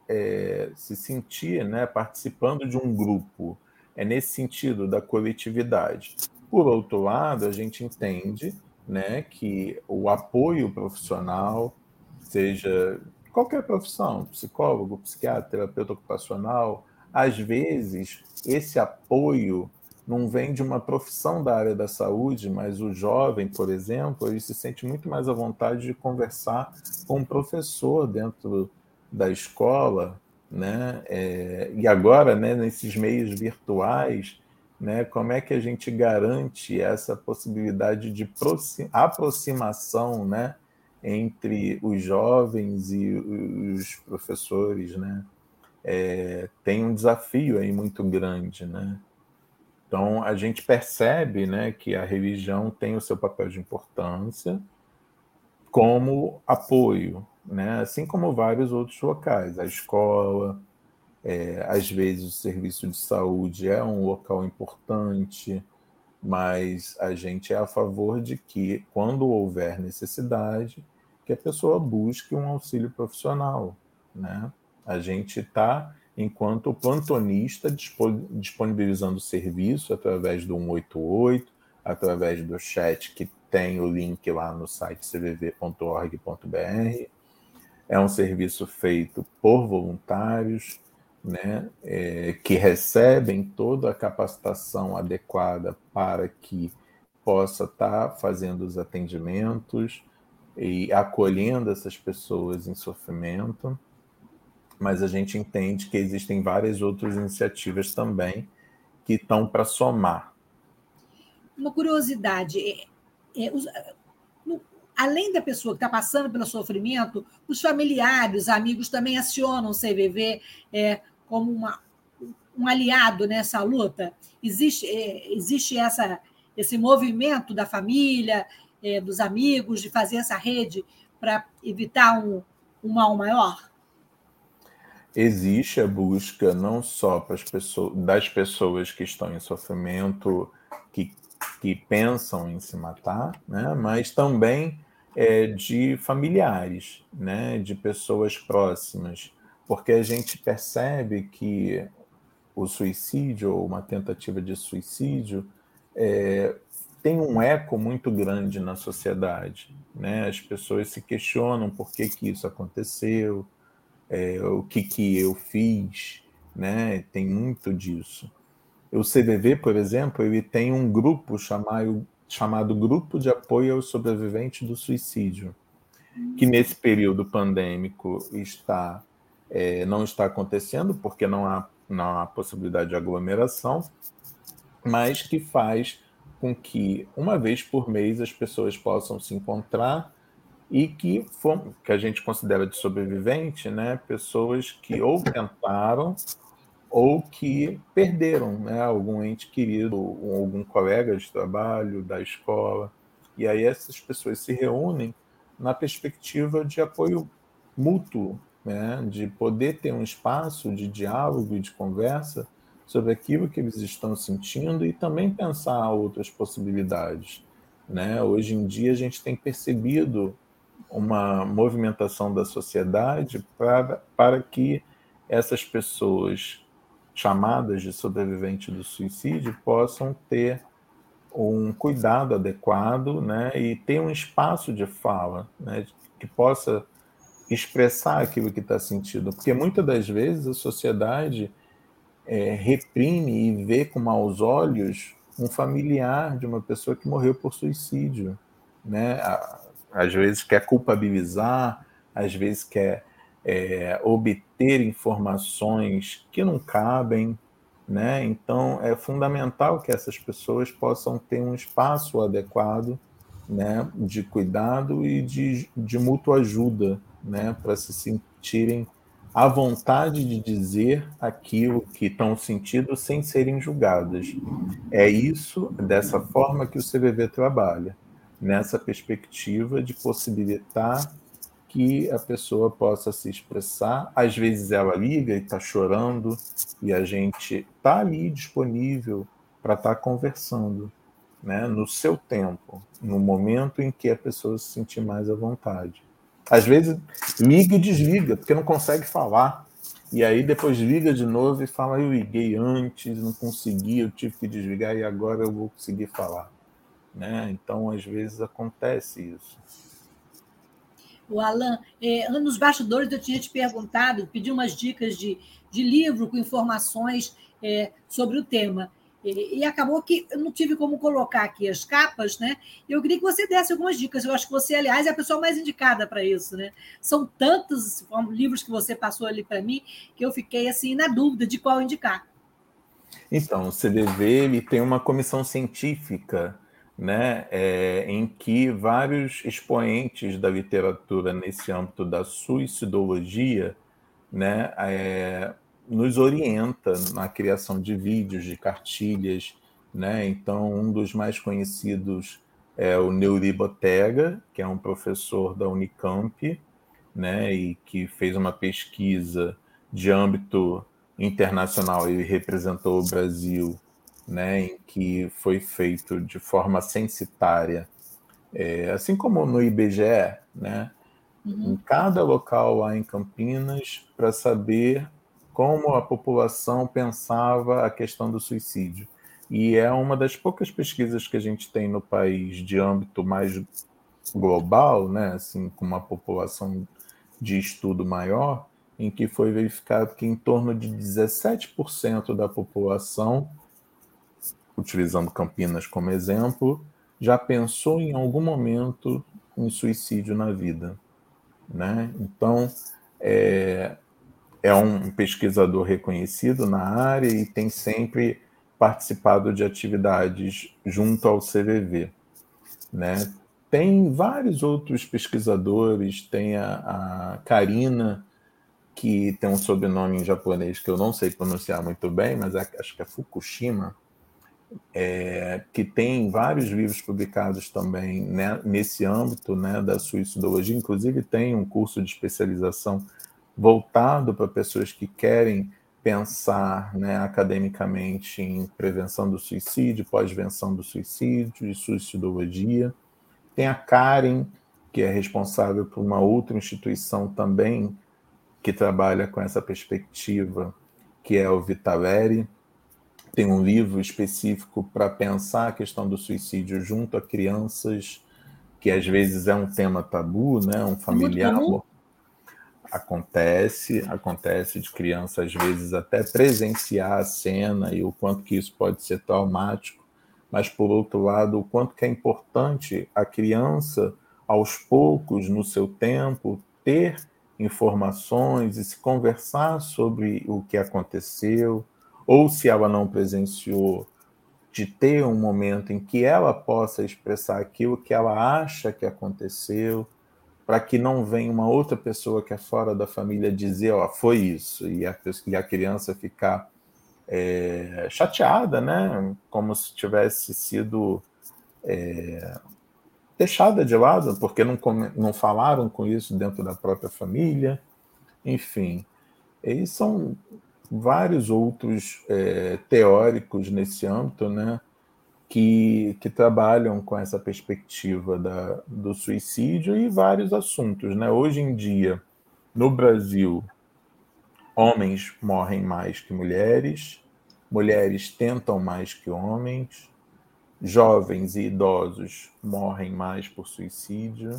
é, se sentir, né, participando de um grupo. É nesse sentido da coletividade. Por outro lado, a gente entende, né, que o apoio profissional, seja qualquer profissão, psicólogo, psiquiatra, terapeuta ocupacional, às vezes esse apoio não vem de uma profissão da área da saúde, mas o jovem, por exemplo, ele se sente muito mais à vontade de conversar com um professor dentro da escola, né? É, e agora, né, nesses meios virtuais, né, como é que a gente garante essa possibilidade de aproximação, né, entre os jovens e os professores, né? É, tem um desafio aí muito grande, né? Então, a gente percebe, né, que a religião tem o seu papel de importância como apoio, né, assim como vários outros locais. A escola, é, às vezes o serviço de saúde é um local importante, mas a gente é a favor de que, quando houver necessidade, que a pessoa busque um auxílio profissional, né? A gente está, enquanto plantonista, disponibilizando o serviço através do cento e oitenta e oito, através do chat que tem o link lá no site c v v ponto org ponto b r. É um serviço feito por voluntários, né, é, que recebem toda a capacitação adequada para que possa estar fazendo os atendimentos e acolhendo essas pessoas em sofrimento. Mas a gente entende que existem várias outras iniciativas também que estão para somar. Uma curiosidade, é, é, os, no, além da pessoa que está passando pelo sofrimento, os familiares, os amigos também acionam o C V V é, como uma, um aliado nessa luta? Existe, é, existe essa, esse movimento da família, é, dos amigos, de fazer essa rede para evitar um, um mal maior? Existe a busca não só para as pessoas, das pessoas que estão em sofrimento, que, que pensam em se matar, né? Mas também é, de familiares, né? De pessoas próximas, porque a gente percebe que o suicídio ou uma tentativa de suicídio é, tem um eco muito grande na sociedade, né? As pessoas se questionam por que, que isso aconteceu, é, o que, que eu fiz, né? Tem muito disso. O C V V, por exemplo, ele tem um grupo chamado, chamado Grupo de Apoio aos Sobreviventes do Suicídio, que nesse período pandêmico está, é, não está acontecendo, porque não há, não há possibilidade de aglomeração, mas que faz com que, uma vez por mês, as pessoas possam se encontrar e que, que a gente considera de sobrevivente, né, pessoas que ou tentaram ou que perderam, né, algum ente querido, ou algum colega de trabalho, da escola. E aí essas pessoas se reúnem na perspectiva de apoio mútuo, né? De poder ter um espaço de diálogo e de conversa sobre aquilo que eles estão sentindo e também pensar outras possibilidades, né? Hoje em dia a gente tem percebido uma movimentação da sociedade para, para que essas pessoas chamadas de sobreviventes do suicídio possam ter um cuidado adequado, né, e ter um espaço de fala, né, que possa expressar aquilo que está sentindo, porque muitas das vezes a sociedade é, reprime e vê com maus olhos um familiar de uma pessoa que morreu por suicídio, né? Às vezes quer culpabilizar, às vezes quer é, obter informações que não cabem, né? Então é fundamental que essas pessoas possam ter um espaço adequado, né, de cuidado e de, de mútua ajuda, né, para se sentirem à vontade de dizer aquilo que estão sentindo sem serem julgadas. É isso, dessa forma que o C V V trabalha, nessa perspectiva de possibilitar que a pessoa possa se expressar. Às vezes ela liga e está chorando, e a gente está ali disponível para estar tá conversando, né, no seu tempo, no momento em que a pessoa se sentir mais à vontade. Às vezes liga e desliga, porque não consegue falar. E aí depois liga de novo e fala, eu liguei antes, não consegui, eu tive que desligar e agora eu vou conseguir falar. Né? Então, às vezes acontece isso. O Alan, é, nos bastidores eu tinha te perguntado, pedi umas dicas de, de livro com informações é, sobre o tema. E, e acabou que eu não tive como colocar aqui as capas, né? Eu queria que você desse algumas dicas. Eu acho que você, aliás, é a pessoa mais indicada para isso, né? São tantos livros que você passou ali para mim que eu fiquei assim na dúvida de qual indicar. Então, o C V V ele tem uma comissão científica, né, é, em que vários expoentes da literatura nesse âmbito da suicidologia, né, é, nos orienta na criação de vídeos, de cartilhas, né? Então, um dos mais conhecidos é o Neuri Botega, que é um professor da Unicamp, né, e que fez uma pesquisa de âmbito internacional. Ele representou o Brasil, né, em que foi feito de forma censitária, é, assim como no I B G E, né, uhum. em cada local lá em Campinas, para saber como a população pensava a questão do suicídio. E é uma das poucas pesquisas que a gente tem no país de âmbito mais global, né, assim, com uma população de estudo maior, em que foi verificado que em torno de dezessete por cento da população, utilizando Campinas como exemplo, já pensou em algum momento em suicídio na vida, né? Então, é, é um pesquisador reconhecido na área e tem sempre participado de atividades junto ao C V V, né? Tem vários outros pesquisadores, tem a, a Karina, que tem um sobrenome em japonês que eu não sei pronunciar muito bem, mas acho que é Fukushima, é, que tem vários livros publicados também, né, nesse âmbito, né, da suicidologia. Inclusive tem um curso de especialização voltado para pessoas que querem pensar, né, academicamente em prevenção do suicídio, pós-venção do suicídio e suicidologia. Tem a Karen, que é responsável por uma outra instituição também que trabalha com essa perspectiva, que é o Vitaleri. Tem um livro específico para pensar a questão do suicídio junto a crianças, que às vezes é um tema tabu, né? Um familiar. Muito comum. Acontece, acontece de criança, às vezes, até presenciar a cena e o quanto que isso pode ser traumático. Mas, por outro lado, o quanto que é importante a criança, aos poucos, no seu tempo, ter informações e se conversar sobre o que aconteceu, ou se ela não presenciou, de ter um momento em que ela possa expressar aquilo que ela acha que aconteceu, para que não venha uma outra pessoa que é fora da família dizer, ó, foi isso, e a, e a criança ficar É, chateada, né? Como se tivesse sido é, deixada de lado, porque não, não falaram com isso dentro da própria família, enfim. E são vários outros é, teóricos nesse âmbito, né, que, que trabalham com essa perspectiva da, do suicídio e vários assuntos, né? Hoje em dia, no Brasil, homens morrem mais que mulheres, mulheres tentam mais que homens, jovens e idosos morrem mais por suicídio,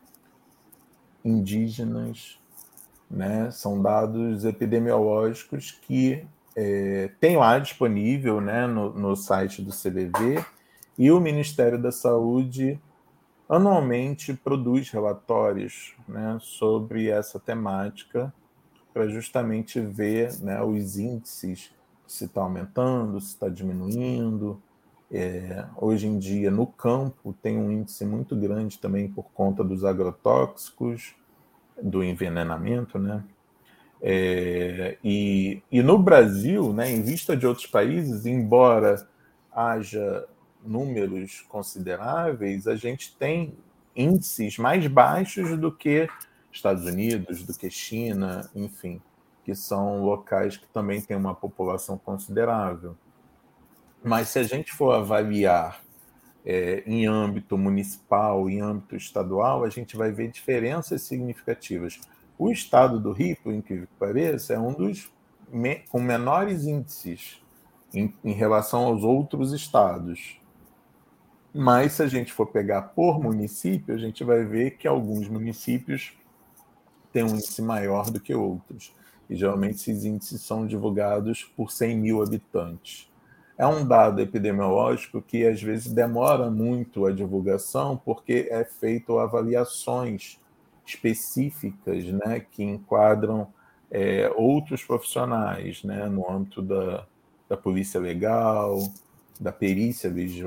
indígenas, né? São dados epidemiológicos que é, tem lá disponível, né, no, no site do C V V, e o Ministério da Saúde anualmente produz relatórios, né, sobre essa temática para justamente ver, né, os índices, se está aumentando, se está diminuindo. É, hoje em dia, no campo, tem um índice muito grande também por conta dos agrotóxicos, do envenenamento, né? É, e, e no Brasil, né, em vista de outros países, embora haja números consideráveis, a gente tem índices mais baixos do que Estados Unidos, do que China, enfim, que são locais que também têm uma população considerável. Mas se a gente for avaliar é, em âmbito municipal, em âmbito estadual, a gente vai ver diferenças significativas. O estado do Rio, por incrível que pareça, é um dos me com menores índices em, em relação aos outros estados. Mas se a gente for pegar por município, a gente vai ver que alguns municípios têm um índice maior do que outros. E geralmente esses índices são divulgados por cem mil habitantes. É um dado epidemiológico que às vezes demora muito a divulgação, porque é feito avaliações específicas, né, que enquadram é, outros profissionais, né, no âmbito da, da polícia legal, da perícia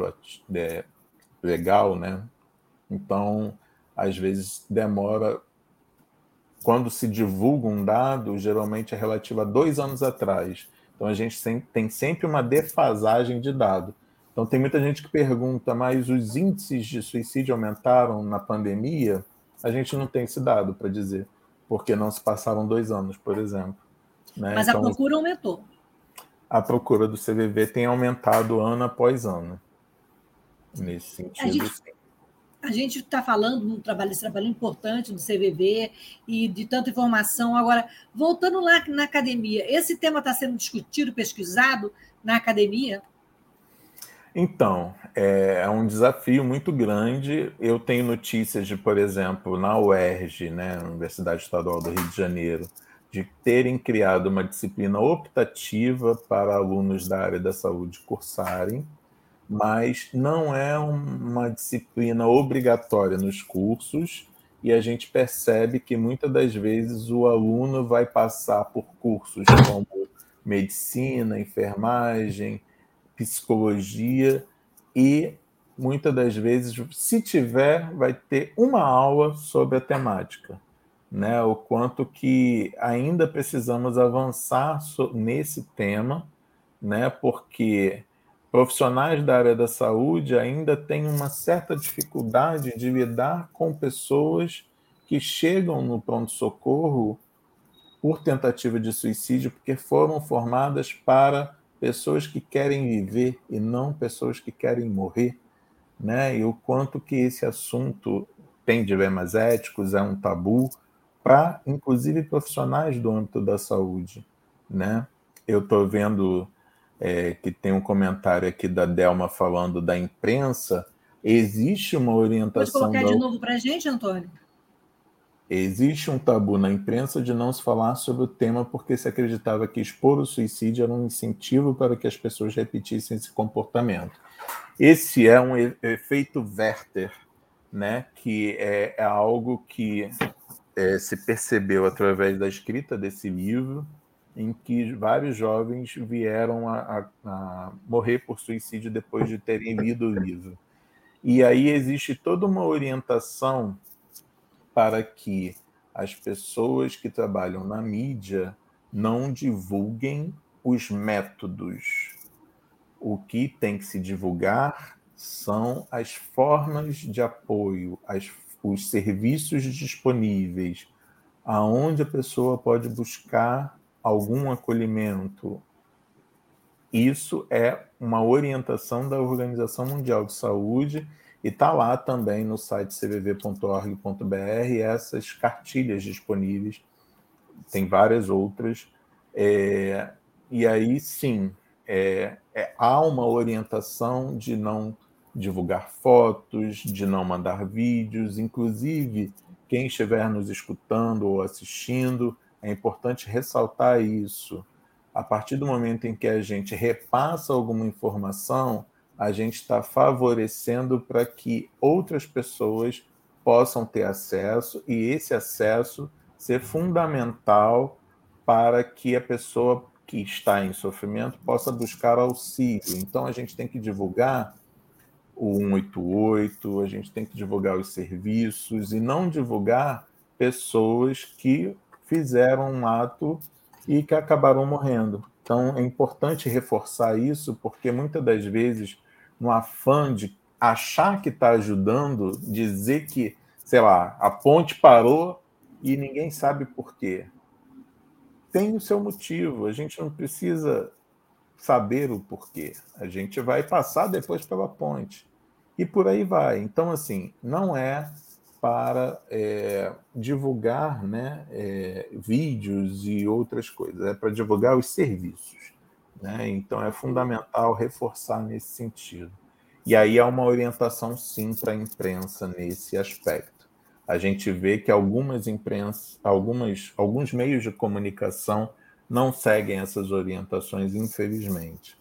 legal, né? Então, às vezes demora. Quando se divulga um dado, geralmente é relativo a dois anos atrás. Então, a gente tem sempre uma defasagem de dado. Então, tem muita gente que pergunta, mas os índices de suicídio aumentaram na pandemia? A gente não tem esse dado para dizer, porque não se passaram dois anos, por exemplo. Né? Mas então, a procura aumentou. A procura do C V V tem aumentado ano após ano. Nesse sentido, a gente, sim. A gente está falando um trabalho, esse trabalho importante do C V V e de tanta informação. Agora, voltando lá na academia, esse tema está sendo discutido, pesquisado na academia? Então, é um desafio muito grande. Eu tenho notícias de, por exemplo, na U E R J, né, Universidade Estadual do Rio de Janeiro, de terem criado uma disciplina optativa para alunos da área da saúde cursarem, mas não é uma disciplina obrigatória nos cursos, e a gente percebe que muitas das vezes o aluno vai passar por cursos como medicina, enfermagem, psicologia, e muitas das vezes, se tiver, vai ter uma aula sobre a temática, né? O quanto que ainda precisamos avançar nesse tema, né? Porque profissionais da área da saúde ainda têm uma certa dificuldade de lidar com pessoas que chegam no pronto-socorro por tentativa de suicídio, porque foram formadas para pessoas que querem viver e não pessoas que querem morrer, né? E o quanto que esse assunto tem dilemas éticos, é um tabu para, inclusive, profissionais do âmbito da saúde, né? Eu estou vendo é, que tem um comentário aqui da Delma falando da imprensa. Existe uma orientação... Pode colocar da... de novo para a gente, Antônio? Existe um tabu na imprensa de não se falar sobre o tema porque se acreditava que expor o suicídio era um incentivo para que as pessoas repetissem esse comportamento. Esse é um efeito Werther, né? Que é, é algo que é, se percebeu através da escrita desse livro, em que vários jovens vieram a, a, a morrer por suicídio depois de terem lido o livro. E aí existe toda uma orientação para que as pessoas que trabalham na mídia não divulguem os métodos. O que tem que se divulgar são as formas de apoio, as, os serviços disponíveis, aonde a pessoa pode buscar algum acolhimento. Isso é uma orientação da Organização Mundial de Saúde e está lá também no site c v v ponto org ponto b r essas cartilhas disponíveis, tem várias outras, é, e aí sim, é, é, há uma orientação de não divulgar fotos, de não mandar vídeos, inclusive quem estiver nos escutando ou assistindo, é importante ressaltar isso. A partir do momento em que a gente repassa alguma informação, a gente está favorecendo para que outras pessoas possam ter acesso, e esse acesso ser fundamental para que a pessoa que está em sofrimento possa buscar auxílio. Então, a gente tem que divulgar o um oito oito, a gente tem que divulgar os serviços e não divulgar pessoas que fizeram um ato e que acabaram morrendo. Então, é importante reforçar isso, porque muitas das vezes, no afã de achar que está ajudando, dizer que, sei lá, a ponte parou e ninguém sabe por quê. Tem o seu motivo, a gente não precisa saber o porquê. A gente vai passar depois pela ponte. E por aí vai. Então, assim, não é para é, divulgar, né, é, vídeos e outras coisas, é para divulgar os serviços, né? Então é fundamental reforçar nesse sentido. E aí há uma orientação sim para a imprensa nesse aspecto. A gente vê que algumas imprensas, algumas, alguns meios de comunicação não seguem essas orientações, infelizmente.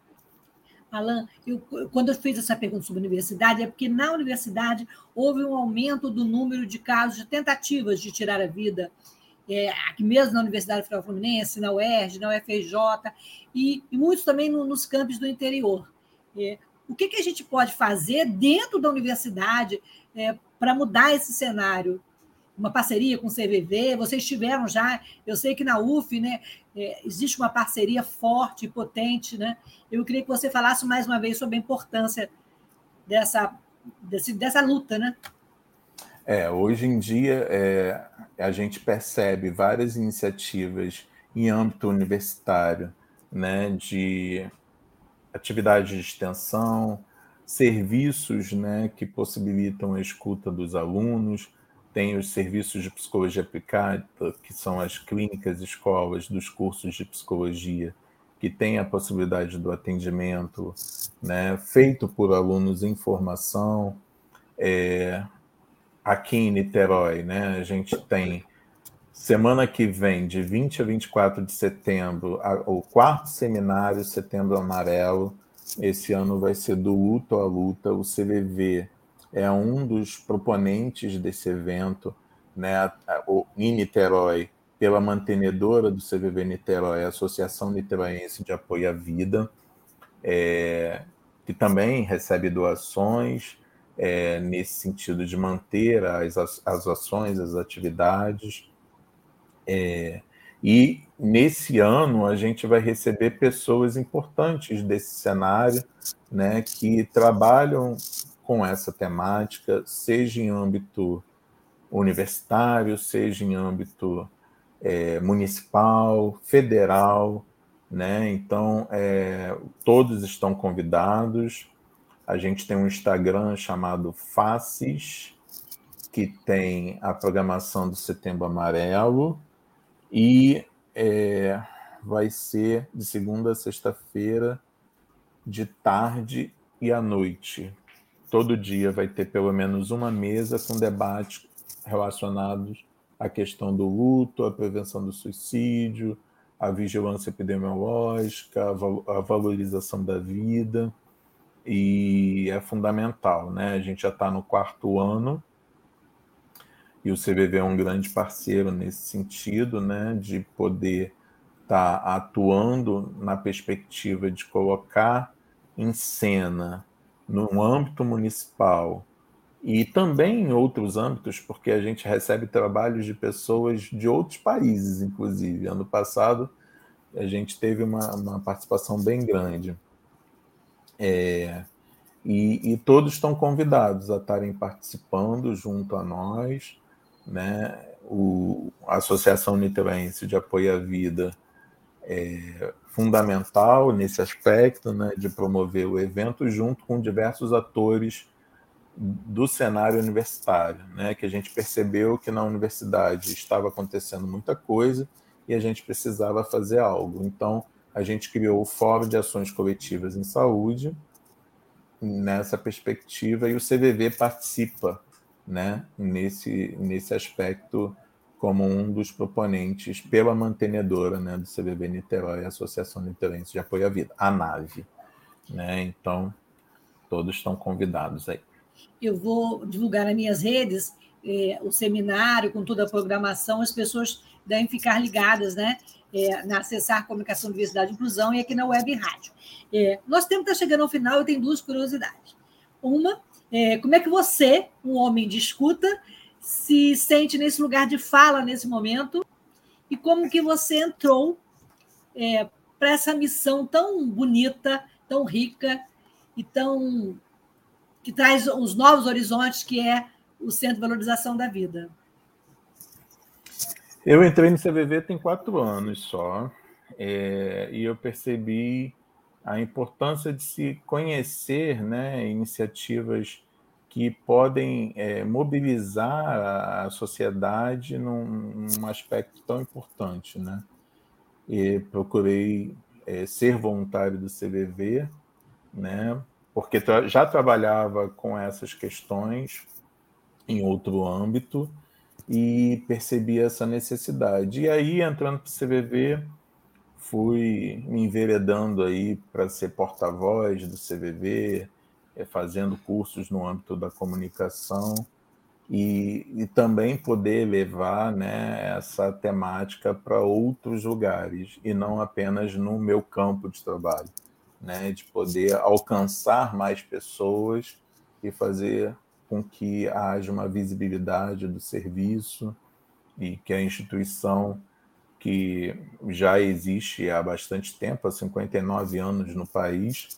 Alan, eu, quando eu fiz essa pergunta sobre a universidade, é porque na universidade houve um aumento do número de casos de tentativas de tirar a vida, é, aqui mesmo na Universidade Federal Fluminense, na U E R J, na U F R J, e, e muitos também no, nos campos do interior. É, o que, que a gente pode fazer dentro da universidade é, para mudar esse cenário? Uma parceria com o C V V, vocês tiveram já, eu sei que na U F, né, é, existe uma parceria forte e potente, né? Eu queria que você falasse mais uma vez sobre a importância dessa, desse, dessa luta, né? É, hoje em dia, é, a gente percebe várias iniciativas em âmbito universitário, né, de atividade de extensão, serviços, né, que possibilitam a escuta dos alunos. Tem os serviços de psicologia aplicada, que são as clínicas, escolas dos cursos de psicologia, que têm a possibilidade do atendimento, né, feito por alunos em formação. É, aqui em Niterói, né, a gente tem, semana que vem, de vinte a vinte e quatro de setembro, a, o quarto seminário Setembro Amarelo. Esse ano vai ser do luto à luta. O C V V é um dos proponentes desse evento, né, em Niterói, pela mantenedora do C V V Niterói, a Associação Niteroense de Apoio à Vida, é, que também recebe doações é, nesse sentido de manter as, as ações, as atividades. É, e nesse ano a gente vai receber pessoas importantes desse cenário, né, que trabalham com essa temática, seja em âmbito universitário, seja em âmbito é, municipal, federal, né? Então, é, todos estão convidados. A gente tem um Instagram chamado Faces, que tem a programação do Setembro Amarelo, e é, vai ser de segunda a sexta-feira, de tarde e à noite. Todo dia vai ter pelo menos uma mesa com debates relacionados à questão do luto, à prevenção do suicídio, à vigilância epidemiológica, à valorização da vida, e é fundamental, né? A gente já está no quarto ano, e o C V V é um grande parceiro nesse sentido, né, de poder estar tá atuando na perspectiva de colocar em cena, no âmbito municipal, e também em outros âmbitos, porque a gente recebe trabalhos de pessoas de outros países, inclusive. Ano passado, a gente teve uma, uma participação bem grande. É, E, e todos estão convidados a estarem participando junto a nós, né? O, a Associação Niteroense de Apoio à Vida é fundamental nesse aspecto, né, de promover o evento junto com diversos atores do cenário universitário, né, que a gente percebeu que na universidade estava acontecendo muita coisa e a gente precisava fazer algo. Então, a gente criou o Fórum de Ações Coletivas em Saúde, nessa perspectiva, e o C V V participa, né, nesse, nesse aspecto como um dos proponentes pela mantenedora, né, do C V V Niterói, a Associação Niteroense de Apoio à Vida, a NAVE. Né? Então, todos estão convidados aí. Eu vou divulgar nas minhas redes eh, o seminário com toda a programação, as pessoas devem ficar ligadas, né? É, na Acessar Comunicação, Diversidade e Inclusão e aqui na Web Rádio. É, nosso tempo está chegando ao final e tem duas curiosidades. Uma, é, como é que você, um homem de escuta, se sente nesse lugar de fala nesse momento e como que você entrou é, para essa missão tão bonita, tão rica e tão que traz os novos horizontes, que é o Centro de Valorização da Vida? Eu entrei no C V V tem quatro anos só, é, e eu percebi a importância de se conhecer, né, iniciativas que podem é, mobilizar a sociedade num, num aspecto tão importante, né? E procurei é, ser voluntário do C V V, né, porque tra- já trabalhava com essas questões em outro âmbito, e percebi essa necessidade. E aí, entrando para o C V V, fui me enveredando aí para ser porta-voz do C V V, fazendo cursos no âmbito da comunicação e, e também poder levar, né, essa temática para outros lugares e não apenas no meu campo de trabalho, né, de poder alcançar mais pessoas e fazer com que haja uma visibilidade do serviço e que a instituição, que já existe há bastante tempo, há cinquenta e nove anos no país,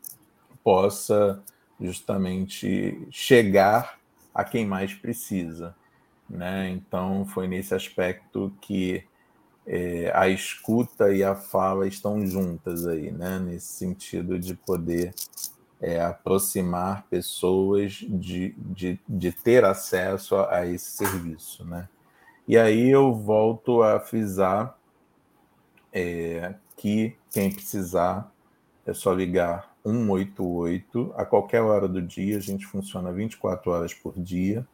possa justamente chegar a quem mais precisa, né? Então, foi nesse aspecto que é, a escuta e a fala estão juntas aí, né? Nesse sentido de poder É, aproximar pessoas de, de, de ter acesso a, a esse serviço, né? E aí eu volto a frisar é, que quem precisar é só ligar um oito oito a qualquer hora do dia, a gente funciona vinte e quatro horas por dia,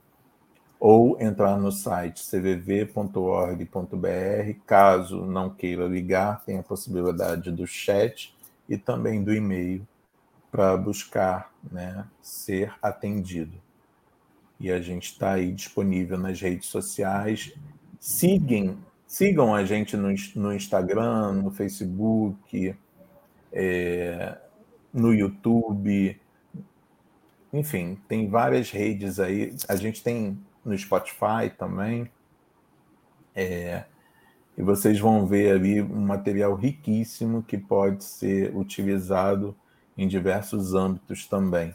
ou entrar no site c v v ponto org ponto b r, caso não queira ligar, tem a possibilidade do chat e também do e-mail, para buscar, né, ser atendido. E a gente está aí disponível nas redes sociais. Sigam, sigam a gente no, no Instagram, no Facebook, é, no YouTube. Enfim, tem várias redes aí. A gente tem no Spotify também. É, e vocês vão ver ali um material riquíssimo que pode ser utilizado em diversos âmbitos também.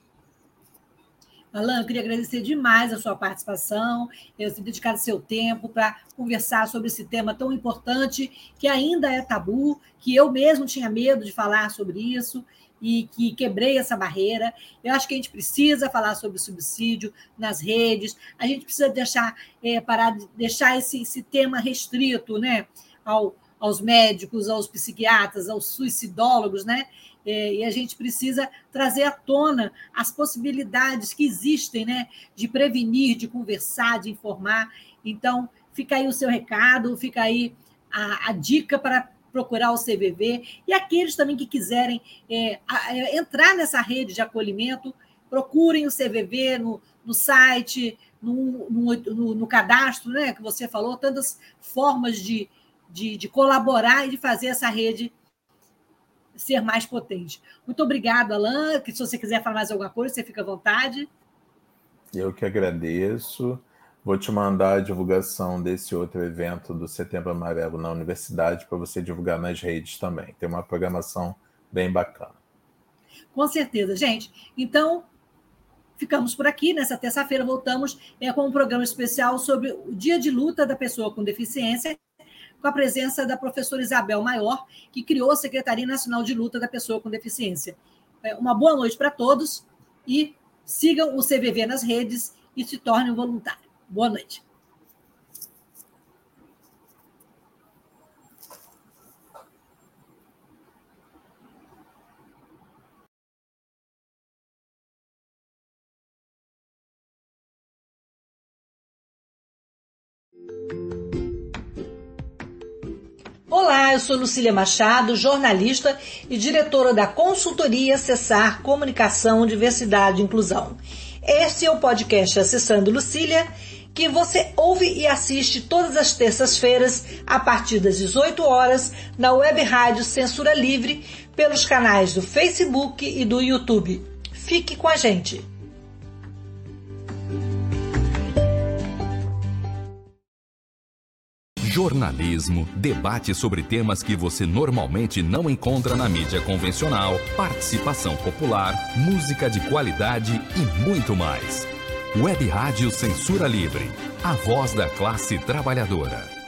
Alan, eu queria agradecer demais a sua participação, eu ter dedicado seu tempo para conversar sobre esse tema tão importante, que ainda é tabu, que eu mesmo tinha medo de falar sobre isso, e que quebrei essa barreira. Eu acho que a gente precisa falar sobre suicídio nas redes, a gente precisa deixar, é, parar, deixar esse, esse tema restrito, né, ao, aos médicos, aos psiquiatras, aos suicidólogos, né? É, e a gente precisa trazer à tona as possibilidades que existem, né, de prevenir, de conversar, de informar. Então, fica aí o seu recado, fica aí a, a dica para procurar o C V V. E aqueles também que quiserem é, a, é, entrar nessa rede de acolhimento, procurem o C V V no, no site, no, no, no, no cadastro, né, que você falou, tantas formas de, de, de colaborar e de fazer essa rede ser mais potente. Muito obrigado, Alan. Que se você quiser falar mais alguma coisa, você fica à vontade. Eu que agradeço. Vou te mandar a divulgação desse outro evento do Setembro Amarelo na universidade para você divulgar nas redes também. Tem uma programação bem bacana. Com certeza, gente. Então, ficamos por aqui. Nessa terça-feira voltamos é, com um programa especial sobre o Dia de Luta da Pessoa com Deficiência, com a presença da professora Isabel Maior, que criou a Secretaria Nacional de Luta da Pessoa com Deficiência. É, uma boa noite para todos e sigam o C V V nas redes e se tornem um voluntário. Boa noite. Olá, eu sou Lucília Machado, jornalista e diretora da consultoria Acessar Comunicação, Diversidade e Inclusão. Este é o podcast Acessando Lucília, que você ouve e assiste todas as terças-feiras, a partir das dezoito horas, na Web Rádio Censura Livre, pelos canais do Facebook e do YouTube. Fique com a gente! Jornalismo, debate sobre temas que você normalmente não encontra na mídia convencional, participação popular, música de qualidade e muito mais. Web Rádio Censura Livre, a voz da classe trabalhadora.